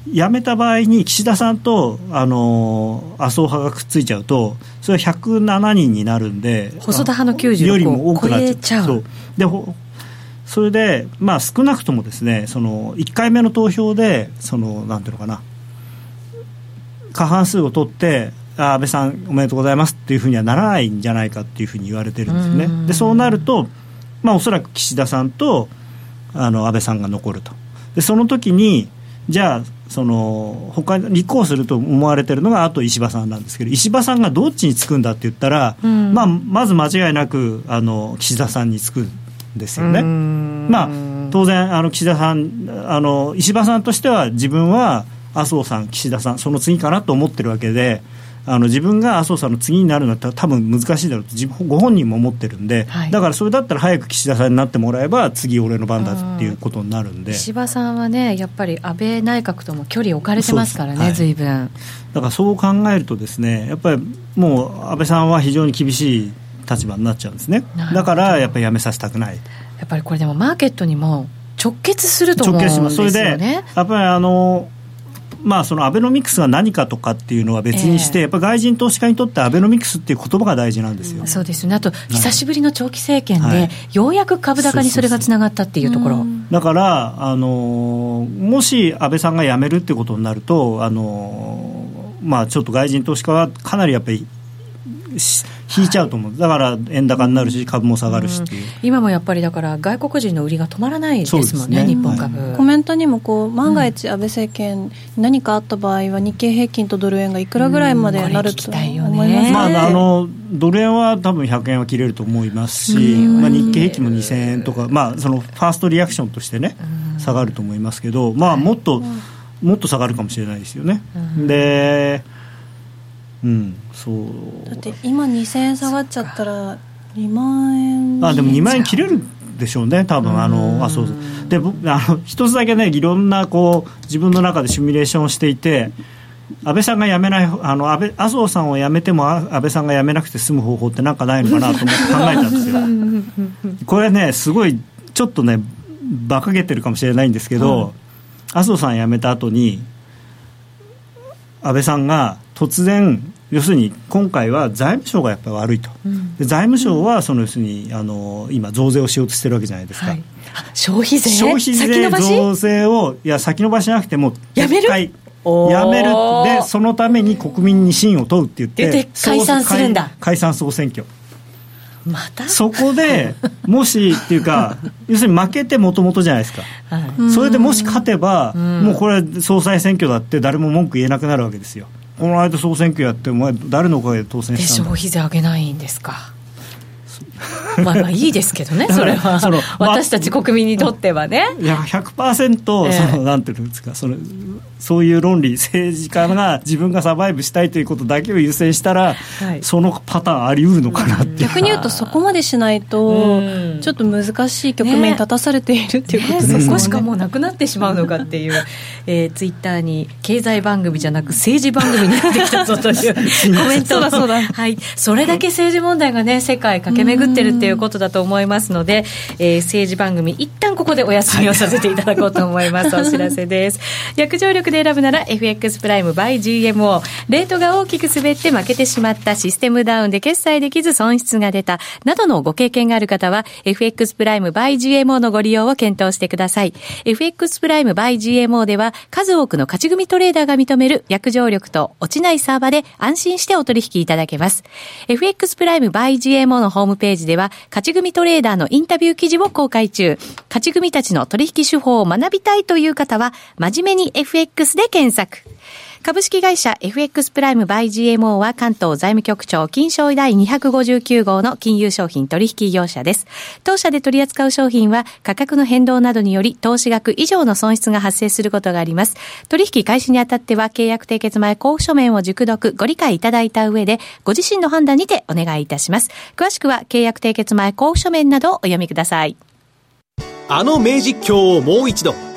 辞めた場合に岸田さんとあの麻生派がくっついちゃうと、それはひゃくななにんになるんで、 細田派のきゅうじゅうろくよりも多くなっちゃう。 超えちゃう。 そうでそれで、まあ、少なくともですね、そのいっかいめの投票でそのなんていうのかな、過半数を取って安倍さんおめでとうございますっていうふうにはならないんじゃないかっていうふうに言われてるんですね。でそうなると、まあ、おそらく岸田さんとあの安倍さんが残ると。でその時にじゃあその他に立候補すると思われてるのがあと石破さんなんですけど、石破さんがどっちにつくんだって言ったら、まあ、まず間違いなくあの岸田さんにつくんですよね。まあ、当然あの岸田さんあの石破さんとしては自分は麻生さん岸田さんその次かなと思ってるわけで、あの自分が麻生さんの次になるのは多分難しいだろうと自分ご本人も思ってるんで、はい、だからそれだったら早く岸田さんになってもらえば次俺の番だっていうことになるんで、 石破さんはねやっぱり安倍内閣とも距離置かれてますからね、はい、随分だからそう考えるとですね、やっぱりもう安倍さんは非常に厳しい立場になっちゃうんですね。だからやっぱり辞めさせたくない。 やっぱりこれでもマーケットにも直結すると思うんですよね。 直結します。それでやっぱりあのまあ、そのアベノミクスが何かとかっていうのは別にして、えー、やっぱ外人投資家にとってアベノミクスっていう言葉が大事なんですよ、うん、 そうですよね。あと久しぶりの長期政権で、はい、ようやく株高にそれがつながったっていうところ、そうそうそう、 だからあのもし安倍さんが辞めるってことになるとあの、まあ、ちょっと外人投資家はかなりやっぱり引いちゃうと思う。だから円高になるし株も下がるしっていう、うん、 今もやっぱりだから外国人の売りが止まらないですもん ね, ね日本株、 はい、コメントにもこう万が一安倍政権何かあった場合は日経平均とドル円がいくらぐらいまでなると思います、ね、 まあ、あのドル円は多分ひゃくえんは切れると思いますし、まあ、日経平均もにせんえんとか、まあ、そのファーストリアクションとしてね下がると思いますけど、まあ、もっともっと下がるかもしれないですよね。でうん、そうだって今にせんえん下がっちゃったらにまんえんあでもにまんえん切れるでしょうね多分。あのあそうであの一つだけねいろんなこう自分の中でシミュレーションをしていて、安倍さんが辞めないあの安倍麻生さんを辞めても安倍さんが辞めなくて済む方法ってなんかないのかなと思って考えたんですよこれねすごいちょっとね馬鹿げてるかもしれないんですけど、うん、麻生さん辞めた後に安倍さんが突然要するに今回は財務省がやっぱり悪いと、うん、で財務省はその要するにあの今増税をしようとしてるわけじゃないですか、はい、 消費税消費税増税をいや先延ばしじゃなくてもうやめるやめるでそのために国民に信を問うって言ってで解散するんだ。 解散総選挙またそこでもしっていうか要するに負けてもともとじゃないですか、はい、それでもし勝てばもうこれ総裁選挙だって誰も文句言えなくなるわけですよ。この間総選挙やってお前誰のおかげで当選したんだ。 で消費税上げないんですかまあまあいいですけどねそれはその私たち国民にとってはね、 いや ひゃくパーセント そのなんていうんですかそのそういう論理政治家が自分がサバイブしたいということだけを優先したら、はい、そのパターンあり得るのかなって、うん、 逆に言うとそこまでしないとちょっと難しい局面に立たされているっていうことですね。 そこしかもうなくなってしまうのかっていう、えー、ツイッターに経済番組じゃなく政治番組になってきたぞというコメントそうだそうだ、 はい、それだけ政治問題がね世界駆け巡ってるっていうことだと思いますので、えー、政治番組一旦ここでお休みをさせていただこうと思いますお知らせです。約定力で選ぶなら エフエックス プライム by ジーエムオー、 レートが大きく滑って負けてしまった、システムダウンで決済できず損失が出たなどのご経験がある方は エフエックス プライム by ジーエムオー のご利用を検討してください。 エフエックス プライム by ジーエムオー では数多くの勝ち組トレーダーが認める約定力と落ちないサーバで安心してお取引いただけます。 エフエックス プライム by ジーエムオー のホームページでは勝ち組トレーダーのインタビュー記事を公開中。勝ち組たちの取引手法を学びたいという方は真面目に エフエックス で検索。株式会社 エフエックス プライム by ジーエムオー は関東財務局長金商第にひゃくごじゅうきゅう号の金融商品取引業者です。当社で取り扱う商品は価格の変動などにより投資額以上の損失が発生することがあります。取引開始にあたっては契約締結前交付書面を熟読ご理解いただいた上でご自身の判断にてお願いいたします。詳しくは契約締結前交付書面などをお読みください。 あの名実況をもう一度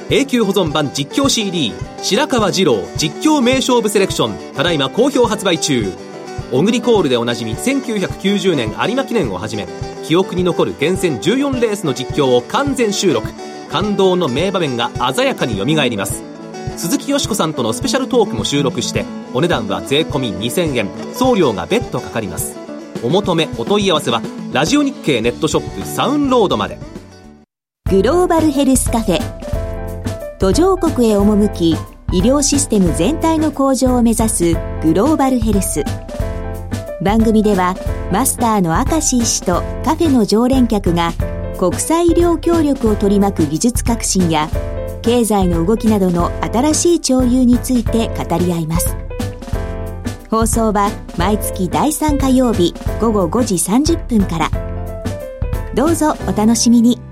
永久保存版実況 シーディー 白川二郎実況名勝負セレクション、ただいま好評発売中。オグリコールでおなじみせんきゅうひゃくきゅうじゅうねん有馬記念をはじめ、記憶に残る厳選じゅうよんレースの実況を完全収録。感動の名場面が鮮やかによみがえります。鈴木よしこさんとのスペシャルトークも収録して、お値段は税込みにせんえん、送料が別途かかります。お求めお問い合わせはラジオ日経ネットショップサウンロードまで。 グローバルヘルスカフェ、途上国へ赴き医療システム全体の向上を目指すグローバルヘルス。番組ではマスターの明石医師とカフェの常連客が国際医療協力を取り巻く技術革新や経済の動きなどの新しい潮流について語り合います。放送は毎月だいさん火曜日午後ごじさんじゅっぷんから。どうぞお楽しみに。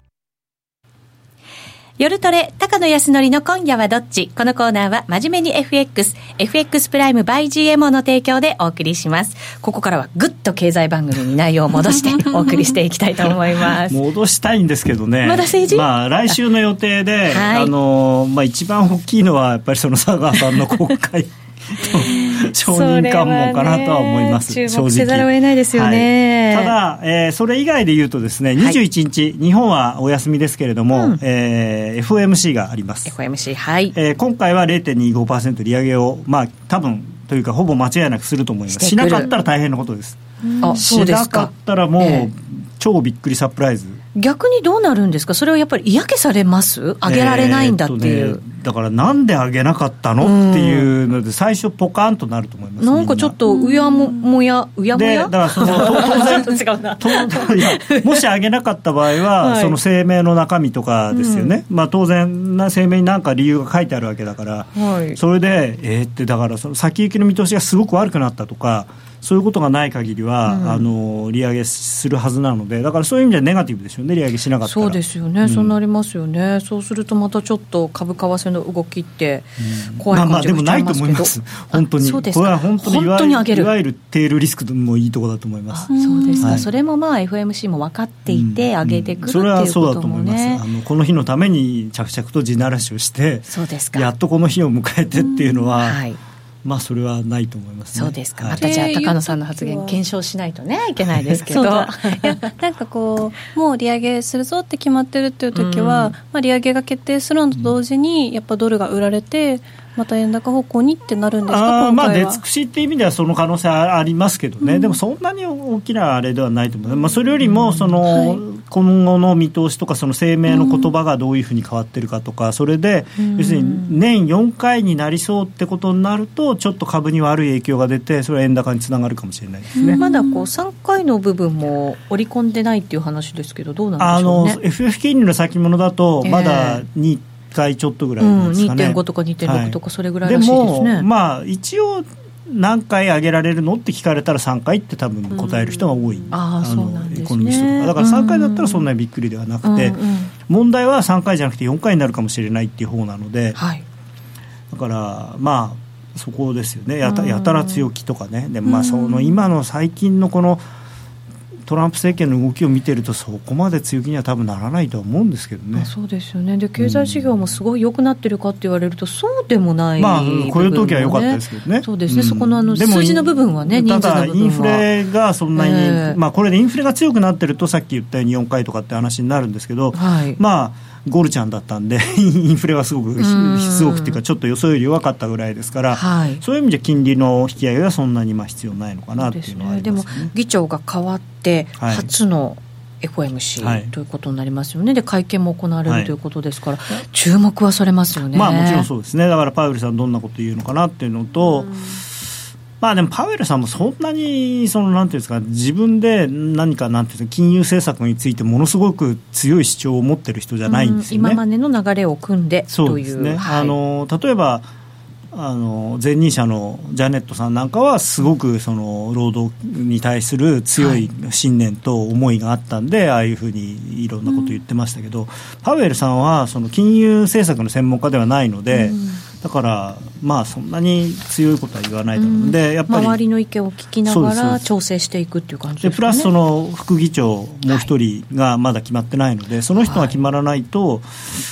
夜トレ高野康則の今夜はどっち。このコーナーは真面目に エフエックス エフエックス プライム by ジーエムオー の提供でお送りします。ここからはぐっと経済番組に内容を戻してお送りしていきたいと思います。 戻したいんですけどね、 まだ政治、 まあ、来週の予定で、 はい、 あのまあ、一番大きいのはやっぱりその佐川さんの国会承認喚問かなとは思います。 注目せざるを得ないですよね、 はい、ただ、えー、それ以外で言うとですね、にじゅういちにち、はい、日本はお休みですけれども、うん、えー、エフオーエムシー があります。 エフオーエムシー、はい、 えー、今回は れいてんにじゅうごパーセント 利上げを、まあ、多分というかほぼ間違いなくすると思います。しなかったら大変なことです。 あ、そうですか。 しなかったらもう、えー、超びっくりサプライズ。 逆にどうなるんですか。それはやっぱり嫌気されます。上げられないんだっていう、えーっとね、 だからなんで上げなかったのっていうので最初ポカンとなると思います。 なんかちょっとうやももやうやもやでだからその当然違うなといやもし上げなかった場合は、はい、その声明の中身とかですよね、うん、まあ、当然な声明に何か理由が書いてあるわけだから、はい、それでえー、ってだからその先行きの見通しがすごく悪くなったとかそういうことがない限りは、うん、あの利上げするはずなので、だからそういう意味ではネガティブですよね、利上げしなかったら。 そうですよね、うん、そうなりますよね。そうするとまたちょっと株為替の動きって怖い感じがしちゃいますけど、まあまあでもないと思います。 本当にそうですか。 これは本当にいわ本当に上げるいわゆるテールリスクもいいところだと思います。 そうですか、 はい、 それもまあ エフオーエムシー も分かっていて上げてくる、うん、 それはそうだっていうこともね。 と思います。あのこの日のために着々と地ならしをして、 そうですか、 やっとこの日を迎えてっていうのは、 うん、はい、 まあ、それはないと思いますね。 そうですか、 はい、 またじゃあ高野さんの発言検証しないとねいけないですけどいやなんかこうもう利上げするぞって決まってるっていう時は、うん、まあ、利上げが決定するのと同時にやっぱドルが売られてまた円高方向にってなるんですか。 あ、まあ、出尽くしっていう意味ではその可能性ありますけどね、うん、でもそんなに大きなあれではないと思う、まあ、それよりもその、はい、今後の見通しとかその声明の言葉がどういうふうに変わってるかとか、それで要するに年よんかいになりそうってことになるとちょっと株に悪い影響が出てそれは円高につながるかもしれないですね。 まだこうさんかいの部分も織り込んでないっていう話ですけどどうなんでしょうね。 あの エフエフ 金利の先物だとまだに、えーいっかいちょっとぐらいですかね、 うん、にてんごとかにてんろくとかそれぐらいらしいですね、はい、 でも、まあ、一応何回上げられるのって聞かれたらさんかいって多分答える人が多い、うん、 ああそうなんですね、 エコノミストとかだからさんかいだったらそんなにびっくりではなくて、うんうん、問題はさんかいじゃなくてよんかいになるかもしれないっていう方なので、はい、だからまあそこですよね。やた、やたら強気とかね。で、まあ、その今の最近のこのトランプ政権の動きを見てるとそこまで強気には多分ならないとは思うんですけどね。 あ、そうですよね。で経済指標もすごい良くなってるかって言われるとそうでもない、 まあ、雇用統計は良かったですけどね。 そうですね、うん、そこのあの数字の部分はね、人数の部分はただインフレがそんなに、えーまあ、これでインフレが強くなってるとさっき言ったようによんかいとかって話になるんですけど、はい、まあゴルちゃんだったんでインフレはすごくすごくっていうかちょっと予想より弱かったぐらいですから、はい、そういう意味で金利の引き上げはそんなにまあ必要ないのかなっていうのはありますね。 でも議長が変わって初の エフオーエムシー、はい、ということになりますよね。で会見も行われる、はい、ということですから注目はされますよね。 まあもちろんそうですね。だからパウエルさんどんなこと言うのかなっていうのと、うん、まあ、でもパウエルさんもそんなにそのなんていうんですか自分で何かなんていうんですか金融政策についてものすごく強い主張を持ってる人じゃないんですよね。 今までの流れを組んでそうですね、はい、あの例えばあの前任者のジャネットさんなんかはすごくその労働に対する強い信念と思いがあったんで、はい、ああいうふうにいろんなこと言ってましたけど、うん、パウエルさんはその金融政策の専門家ではないので、うん、だからまあそんなに強いことは言わないと思うので、うん、やっぱり周りの意見を聞きながら調整していくっていう感じですかね。 でプラスその副議長もう一人がまだ決まってないので、その人が決まらないと、はい、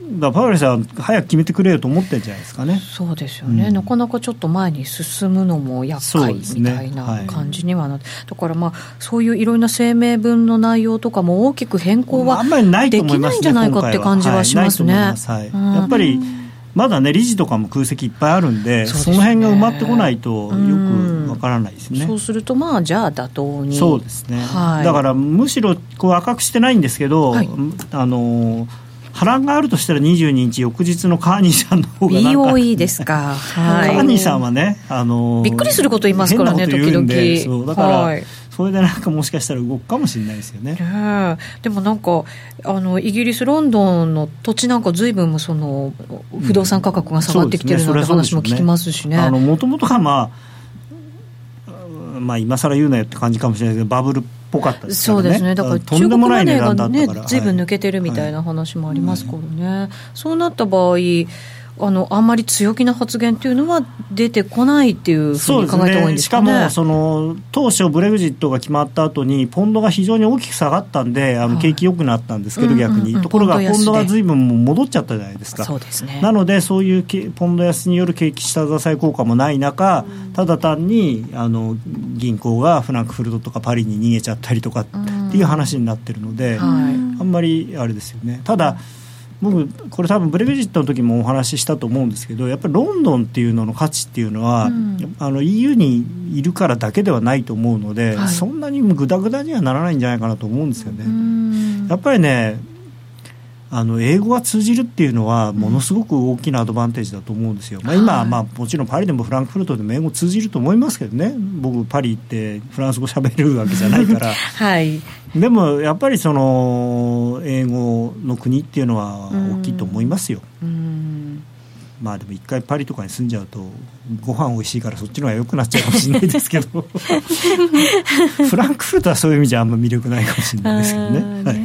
だパウエルさん早く決めてくれよと思ってるんじゃないですかね。 そうですよね、うん、なかなかちょっと前に進むのも厄介みたいな感じにはなって、ね、はい、だからまあそういういろんな声明文の内容とかも大きく変更はできないんじゃないかって感じはしますね。やっぱりまだね理事とかも空席いっぱいあるん で, そ, で、ね、その辺が埋まってこないとよくわからないですね。 そうするとまあじゃあ妥当に、 そうですね、はい、だからむしろこう赤くしてないんですけど、はい、あの波乱があるとしたらにじゅうににち翌日のカーニーさんの方がなんかビーオーイー ですか、 はい、カーニーさんはね、あのびっくりすること言いますからね、時々。 そうだから、はい、それでなんかもしかしたら動くかもしれないですよね。 ね、でもなんかあのイギリスロンドンの土地なんか随分その不動産価格が下がってきてるなんて話も聞きますしね。 もともとはまあまあ今更言うなよって感じかもしれないけどバブルっぽかったですからね。そうですね、 だから中国マネーがね随分抜けてるみたいな話もありますからね、はいはい、そうなった場合あのあんまり強気な発言というのは出てこないっていうふうに考えた方がいいんですかね。 しかもその当初ブレグジットが決まった後にポンドが非常に大きく下がったんであの景気良くなったんですけど、はい、逆に、うんうんうん、ところがポンドが随分戻っちゃったじゃないですか。 そうですね、 なのでそういうポンド安による景気下支え効果もない中、うん、ただ単にあの銀行がフランクフルトとかパリに逃げちゃったりとかっていう話になってるので、うん、はい、あんまりあれですよね。ただ僕これ多分ブレグジットの時もお話ししたと思うんですけど、やっぱりロンドンっていうのの価値っていうのは、うん、あの イーユー にいるからだけではないと思うので、はい、そんなにグダグダにはならないんじゃないかなと思うんですよね。うん、やっぱりねあの英語が通じるっていうのはものすごく大きなアドバンテージだと思うんですよ。まあ、今はまあもちろんパリでもフランクフルトでも英語通じると思いますけどね。僕パリ行ってフランス語喋れるわけじゃないから、はい、でもやっぱりその英語の国っていうのは大きいと思いますよ。うん、まあでも一回パリとかに住んじゃうとご飯美味しいからそっちの方が良くなっちゃうかもしれないですけどフランクフルトはそういう意味じゃあんま魅力ないかもしれないですけどね。はい、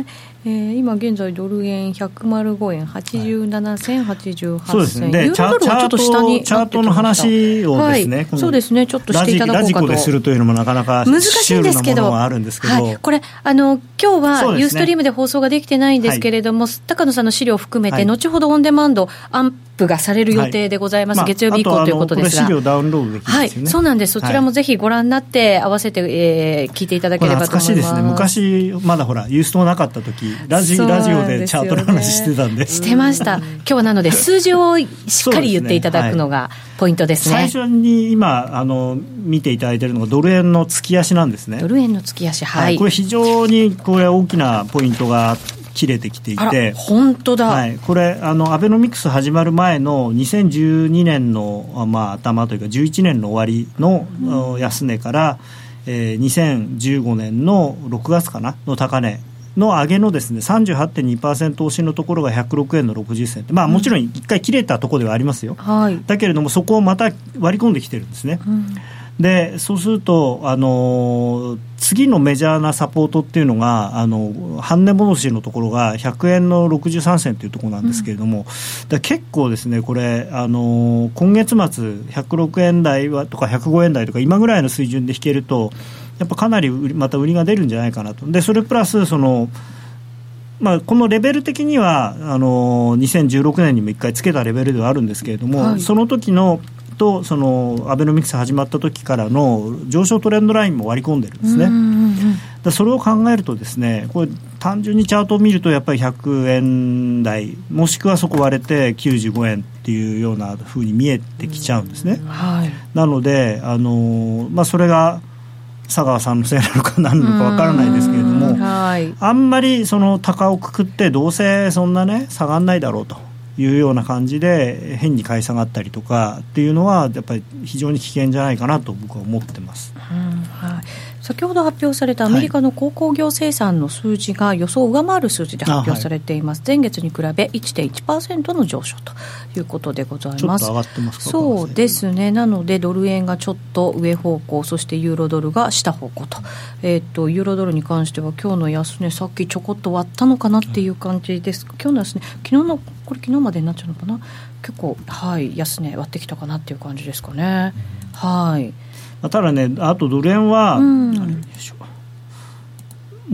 えー、今現在ドル円ひゃくごえんはちじゅうななせんはちじゅうはちせん、はい、そうですね。 でユーロドルはちょっと下にチャートの話をですね、はい、 そうですね、ちょっとしていただこうかと。ラジコでするというのもなかなか難しいんですけど、 シュールなものがあるんですけど、はい、 これあの今日はユーストリームで放送ができてないんですけれども、はい、高野さんの資料を含めて、はい、後ほどオンデマンドアンプがされる予定でございます、はい、月曜日以降ということですが、 これ資料ダウンロードできるんですよね。 はい、そうなんです。そちらもぜひご覧になって合わせて、えー、聞いていただければと思います。 懐かしいですね。昔まだほらユーストなかった時ラジ、ラジオでチャートの話してたんで、 してました。今日はなので数字をしっかり言っていただくのがポイントですね。 最初に今あの見ていただいているのがドル円の月足なんですね。 ドル円の月足、はい、はい、 これ非常にこれ大きなポイントが切れてきていて、 本当だ、 はい、これあのアベノミクス始まる前のにせんじゅうにねんの、まあ、頭というかじゅういちねんの終わりの、うん、安値から、えー、にせんじゅうごねんのろくがつかなの高値の上げのですね さんじゅうはちてんにパーセント 押しのところがひゃくろくえんのろくじゅっせん、まあ、もちろんいっかい切れたところではありますよ、はい、だけれどもそこをまた割り込んできてるんですね、うん、でそうすると、あのー、次のメジャーなサポートっていうのがあの半値戻しのところがひゃくえんのろくじゅうさんせんというところなんですけれども、うん、だ結構ですねこれ、あのー、今月末ひゃくろくえん台はとかひゃくごえん台とか今ぐらいの水準で引けるとやっぱかなりまた売りが出るんじゃないかなと。でそれプラスその、まあ、このレベル的にはあのにせんじゅうろくねんにもいっかいつけたレベルではあるんですけれども、はい、その時のとそのアベノミクス始まった時からの上昇トレンドラインも割り込んでるんですね。うんうんうん、だそれを考えるとですねこれ単純にチャートを見るとやっぱりひゃくえん台もしくはそこ割れてきゅうじゅうごえんっていうような風に見えてきちゃうんですね。うん、はい、なのであの、まあ、それが佐川さんのせいなのか何なのか分からないですけれども、はい、あんまりその高をくくってどうせそんなね下がらないだろうというような感じで変に買い下がったりとかっていうのはやっぱり非常に危険じゃないかなと僕は思ってます。うん、はい、 先ほど発表されたアメリカの鉱工業生産の数字が予想を上回る数字で発表されています。はい、前月に比べ いってんいちパーセント の上昇ということでございます。 ちょっと上がってますか。 そうですね。なのでドル円がちょっと上方向、そしてユーロドルが下方向と、えー、とユーロドルに関しては今日の安値さっきちょこっと割ったのかなっていう感じです。今日の安値昨日のこれ昨日までになっちゃうのかな、結構、はい、安値割ってきたかなっていう感じですかね。はい、 ただね、あとドル円は、うん、あれでしょう、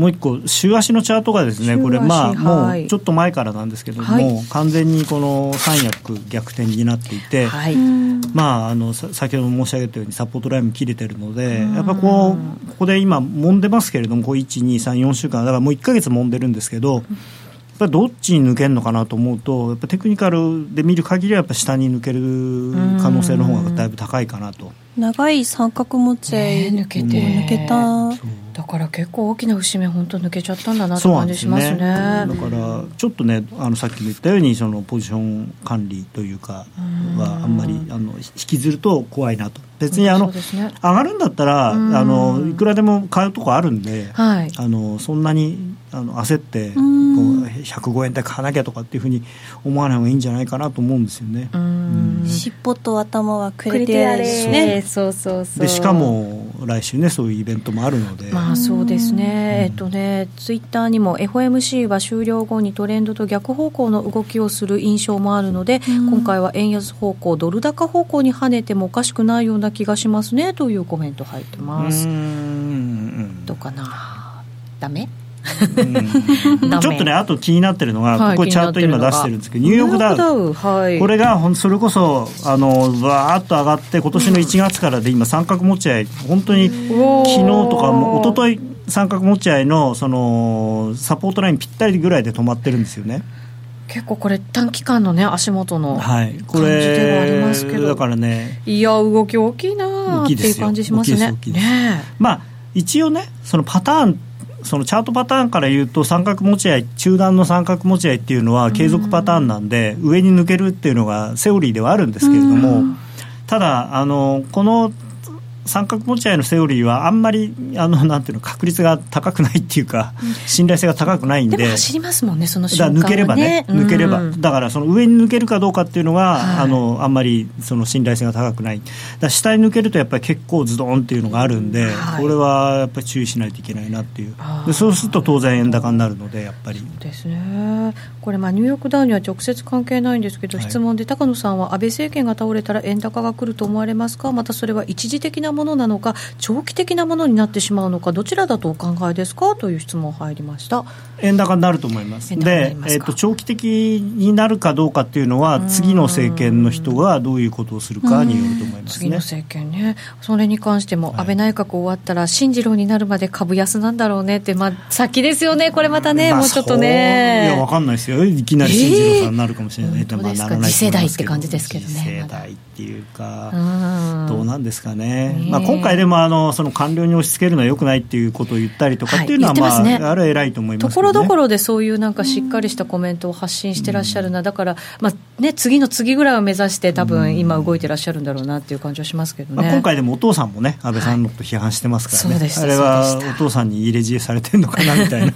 もう一個週足のチャートがですね、これまあもうちょっと前からなんですけども、はい、完全にこの三役逆転になっていて、はい、まああの先ほど申し上げたようにサポートラインも切れてるので、やっぱこうここで今揉んでますけれども、こういち、に、さん、よんしゅうかんだからもういっかげつ揉んでるんですけど、やっぱりどっちに抜けるのかなと思うと、やっぱテクニカルで見る限りはやっぱ下に抜ける可能性の方がだいぶ高いかなと。 長い三角持ち合い、ね、抜けて抜けた。 だから結構大きな節目本当抜けちゃったんだなって感じしますね。 だからちょっとね、あのさっきも言ったようにそのポジション管理というかはあんまりあの引きずると怖いなと。別にあの、ね、上がるんだったらあのいくらでも買うとこあるんで、はい、あのそんなにあの焦ってこうひゃくごえんで買わなきゃとかっていうふうに思わない方がいいんじゃないかなと思うんですよね。うん、 尻尾と頭はくれてやれしね。 そうそうそう。 でしかも来週ねそういうイベントもあるので、 まあそうですね、えっとねツイッターにも エフオーエムシー は終了後にトレンドと逆方向の動きをする印象もあるので、今回は円安方向ドル高方向に跳ねてもおかしくないような気がしますねというコメント入ってます。うーん、どうかな、ダメうん、ちょっとねあと気になってるのが、はい、ここチャート今出してるんですけど、ニューヨークダウ、 ダウ、はい、 これがそれこそあのわーっと上がって今年のいちがつからで今三角持ち合い本当に昨日とかも一昨日三角持ち合いのそのサポートラインぴったりぐらいで止まってるんですよね。 結構これ短期間のね足元の感じではありますけど、はい、 だからねいや動き大きいなっていう感じしますね。ね、 まあ一応ねそのパターンそのチャートパターンから言うと三角持ち合い中段の三角持ち合いっていうのは継続パターンなんで、うん、上に抜けるっていうのがセオリーではあるんですけれども、うん、ただあのこの三角持ち合いのセオリーはあんまりあのなんていうの確率が高くないっていうか、うん、信頼性が高くないんで、 でも走りますもんねその瞬間はね。 だから抜ければね、抜ければ、うん、だからその上に抜けるかどうかっていうのが、はい、あのあんまりその信頼性が高くない。だから下に抜けるとやっぱり結構ズドンっていうのがあるんで、はい、これはやっぱり注意しないといけないなっていう。でそうすると当然円高になるのでやっぱり。 そうですね。これまあニューヨークダウには直接関係ないんですけど、はい、質問で高野さんは安倍政権が倒れたら円高が来ると思われますか、またそれは一時的なものなのか長期的なものになってしまうのか、どちらだとお考えですかという質問入りました。 円高になると思います。で、えーと、長期的になるかどうかっていうのは次の政権の人がどういうことをするかによると思いますね。 次の政権ね。それに関しても安倍内閣終わったら新次郎になるまで株安なんだろうねって、まあ、先ですよねこれまたね、まあ、もうちょっとね。 いや分かんないですよ、いきなり新次郎さんになるかもしれない、えー、 まあ、ならないと思いますけど、次世代って感じですけどね。 次世代っていうか、ま、どうなんですかね、まあ、今回でもあのその官僚に押し付けるのは良くないっていうことを言ったりとかっていうのは、はい、まあ、ね、あれは偉いと思いますけどね。 ところどころでそういうなんかしっかりしたコメントを発信してらっしゃるな、だから、まあね、次の次ぐらいを目指して多分今動いてらっしゃるんだろうなっていう感じはしますけどね、 まあ、今回でもお父さんもね安倍さんのこと批判してますからね、はい、あれはお父さんに入れ知恵されてるのかなみたいな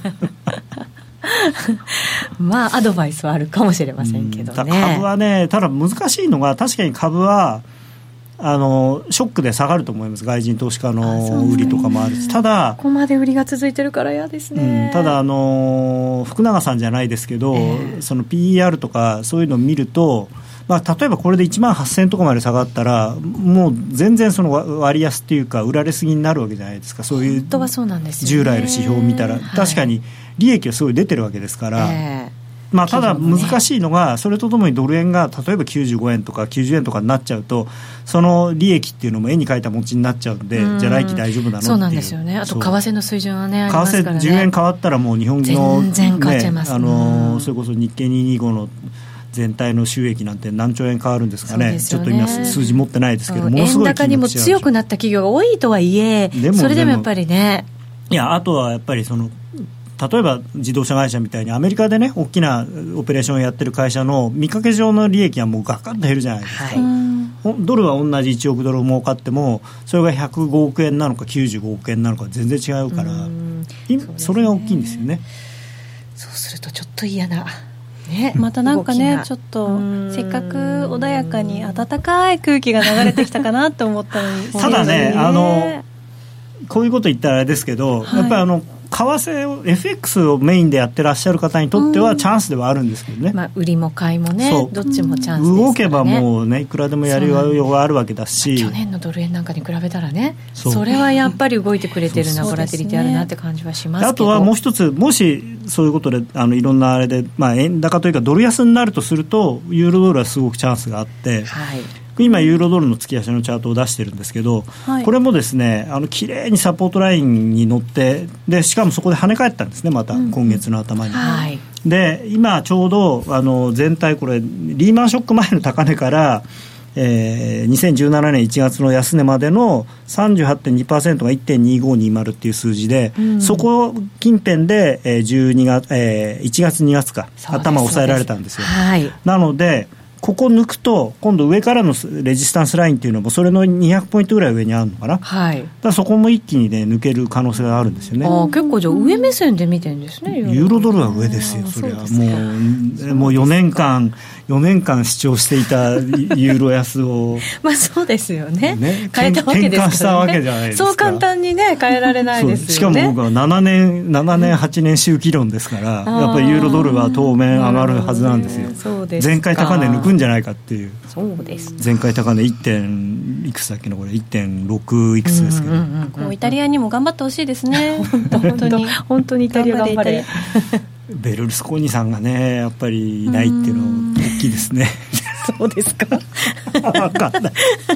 まあアドバイスはあるかもしれませんけどね。 株はね、ただ難しいのが確かに株はあのショックで下がると思います。外人投資家の売りとかもあるし、ただここまで売りが続いてるから嫌ですね、 うん、ただあの福永さんじゃないですけど、えー、その ピーイーアール とかそういうのを見ると、まあ、例えばこれでいちまんはっせんえんとかまで下がったらもう全然その割安っていうか売られすぎになるわけじゃないですか。そういう本当はそうなんですよね。 従来の指標を見たら、はい、確かに利益はすごい出てるわけですから、えーまあ、ただ難しいのがそれとともにドル円が例えばきゅうじゅうごえんとかきゅうじゅうえんとかになっちゃうとその利益っていうのも絵に描いた餅になっちゃうんで、うん、じゃあ来期大丈夫なのっていう。 そうなんですよね。あと為替の水準はねありますからね。 為替じゅうえん変わったらもう日本の、 ね、全然変わっちゃいます、ね、 あのそれこそ日経にひゃくにじゅうごの全体の収益なんて何兆円変わるんですか ね, ですよね。ちょっと今数字持ってないですけど、ものすごい円高にも強くなった企業が多いとはいえ、でもそれでもやっぱりね、 いやあとはやっぱりその例えば自動車会社みたいにアメリカでね大きなオペレーションをやってる会社の見かけ上の利益はもうガッガッと減るじゃないですか、はい、ドルは同じいちおくドル儲かってもそれがひゃくごおくえんなのかきゅうじゅうごおくえんなのか全然違うから、うん そ, それが大きいんですよね。 そうするとちょっと嫌なね、 またなんかねちょっとせっかく穏やかに暖かい空気が流れてきたかなと思ったのにただねあのこういうこと言ったらあれですけど、はい、やっぱりあの為替を エフエックス をメインでやってらっしゃる方にとってはチャンスではあるんですけどね、 まあ、売りも買いもねどっちもチャンスですからね。 動けばもうねいくらでもやりようがあるわけだし、 去年のドル円なんかに比べたらね そ, それはやっぱり動いてくれてるな、ボラティリティあるなって感じはしますけど、 あとはもう一つ、もしそういうことであのいろんなあれで、まあ、円高というかドル安になるとするとユーロドルはすごくチャンスがあって、はい、今ユーロドルの月足のチャートを出してるんですけど、はい、これもですねあの綺麗にサポートラインに乗ってでしかもそこで跳ね返ったんですね、また今月の頭に、うんはい、で今ちょうどあの全体これリーマンショック前の高値から、えー、にせんじゅうななねんいちがつの安値までの さんじゅうはちてんにパーセント が いってんにごにまる っていう数字で、うん、そこ近辺で、えーじゅうにがつ、えー、いちがつにがつか頭を抑えられたんですよ、はい、なのでここ抜くと今度上からのレジスタンスラインっていうのもそれのにひゃくポイントぐらい上にあるのかな、はい、だからそこも一気に、ね、抜ける可能性があるんですよね。 あ結構じゃあ上目線で見てるんですね。 ユーロドルは上ですよ。それはもう、もうよねんかんよねんかん主張していたユーロ安をまあそうですよ ね, ね変えたわけですからね。転換したわけじゃないですか。そう簡単にね変えられないですよね。 しかも僕はななねんななねんはちねん周期論ですから、やっぱりユーロドルは当面上がるはずなんですよ。そうですか。前回高値抜くんじゃないかっていう。 そうです。 前回高値 いってん いくつだっけのこれ いってんろく いくつですけど、うんうんうんうん、 こうイタリアにも頑張ってほしいですね本当に本当にイタリア頑張れベルルスコーニさんがねやっぱりいないっていうのは大きいですね。 そうですか分かんない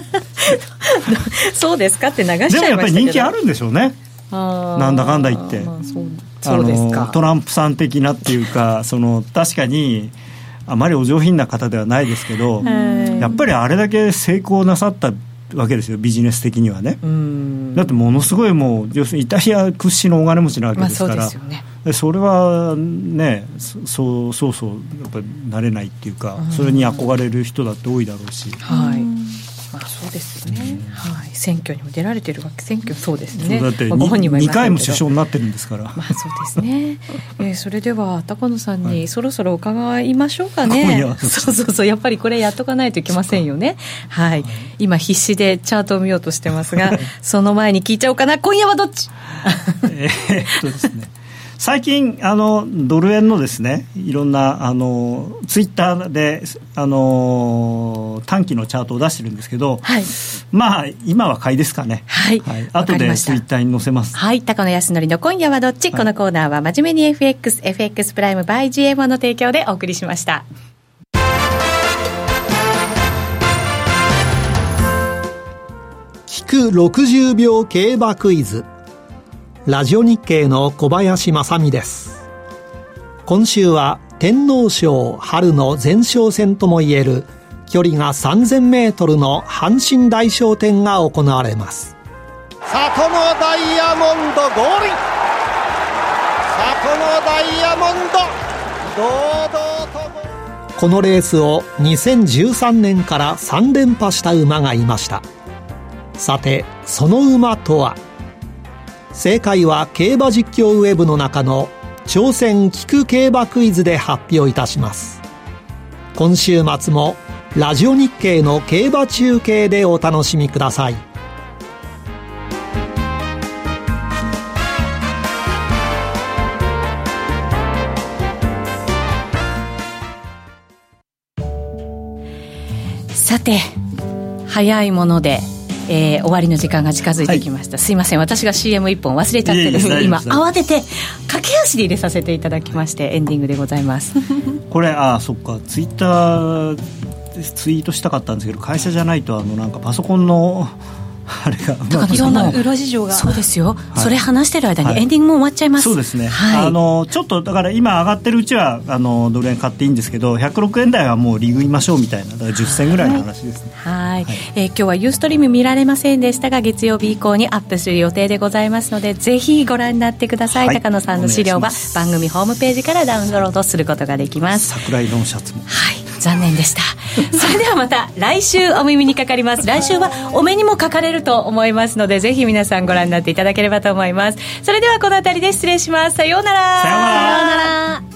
そうですかって流しちゃいましたけど、でもやっぱり人気あるんでしょうね。あなんだかんだ言って、 そうそうですか。 トランプさん的なっていうかその確かにあまりお上品な方ではないですけど、やっぱりあれだけ成功なさったわけですよ、ビジネス的にはね。うんだってものすごいもう要するにイタリア屈指の大金持ちなわけですから、まあそうですよね。それはねそうそうそうやっぱりなれないっていうか、それに憧れる人だって多いだろうし、はい、 まあ、そうですよね、はい、選挙にも出られてるわけ、選挙そうですね。 だって に,、まあ、にかいも首相になってるんですから、まあ、そうですね、えー、それでは高野さんにそろそろ伺いましょうかね、はい、そうそうそうやっぱりこれやっとかないといけませんよね、はい、今必死でチャートを見ようとしてますがその前に聞いちゃおうかな、今夜はどっちえーっとですね最近あのドル円のですねいろんなあのツイッターであの短期のチャートを出してるんですけど、はい、まあ今は買いですかね。はい、はい、後でツイッターに載せます。 はい、高野康則の今夜はどっち、はい、このコーナーは真面目に エフエックス エフエックス プライム by ジーエムオー の提供でお送りしました。 聞くろくじゅうびょう競馬クイズ。ラジオ日経の小林正美です。今週は天皇賞春の前哨戦ともいえる距離がさんぜんメートルの阪神大賞典が行われます。 里のダイヤモンドゴールイン、里のダイヤモンド堂々と。 このレースをにせんじゅうさんねんからさん連覇した馬がいました。さてその馬とは。正解は競馬実況ウェブの中の挑戦聞く競馬クイズで発表いたします。今週末もラジオ日経の競馬中継でお楽しみください。 さて早いものでえー、終わりの時間が近づいてきました、はい、すいません私が シーエムいっぽん忘れちゃってですね、今慌てて駆け足で入れさせていただきましてエンディングでございますこれあそっかツイッターツイートしたかったんですけど会社じゃないとあのなんかパソコンのあれが、 まあ、いろんな裏事情がそうですよ、はい、それ話してる間にエンディングも終わっちゃいます、 はい、そうですね、はい、あのちょっとだから今上がってるうちはあのドル円買っていいんですけどひゃくろくえん台はもう利食いましょうみたいなだからじゅっ銭ぐらいの話ですね。 はい、はいはいえー、今日はユーストリーム見られませんでしたが月曜日以降にアップする予定でございますのでぜひご覧になってください、はい、高野さんの資料は番組ホームページからダウンロードすることができます。 桜色のシャツもはい残念でしたそれではまた来週お耳にかかります。来週はお目にもかかれると思いますのでぜひ皆さんご覧になっていただければと思います。それではこの辺りで失礼します。さようなら。 さようなら。 さようなら。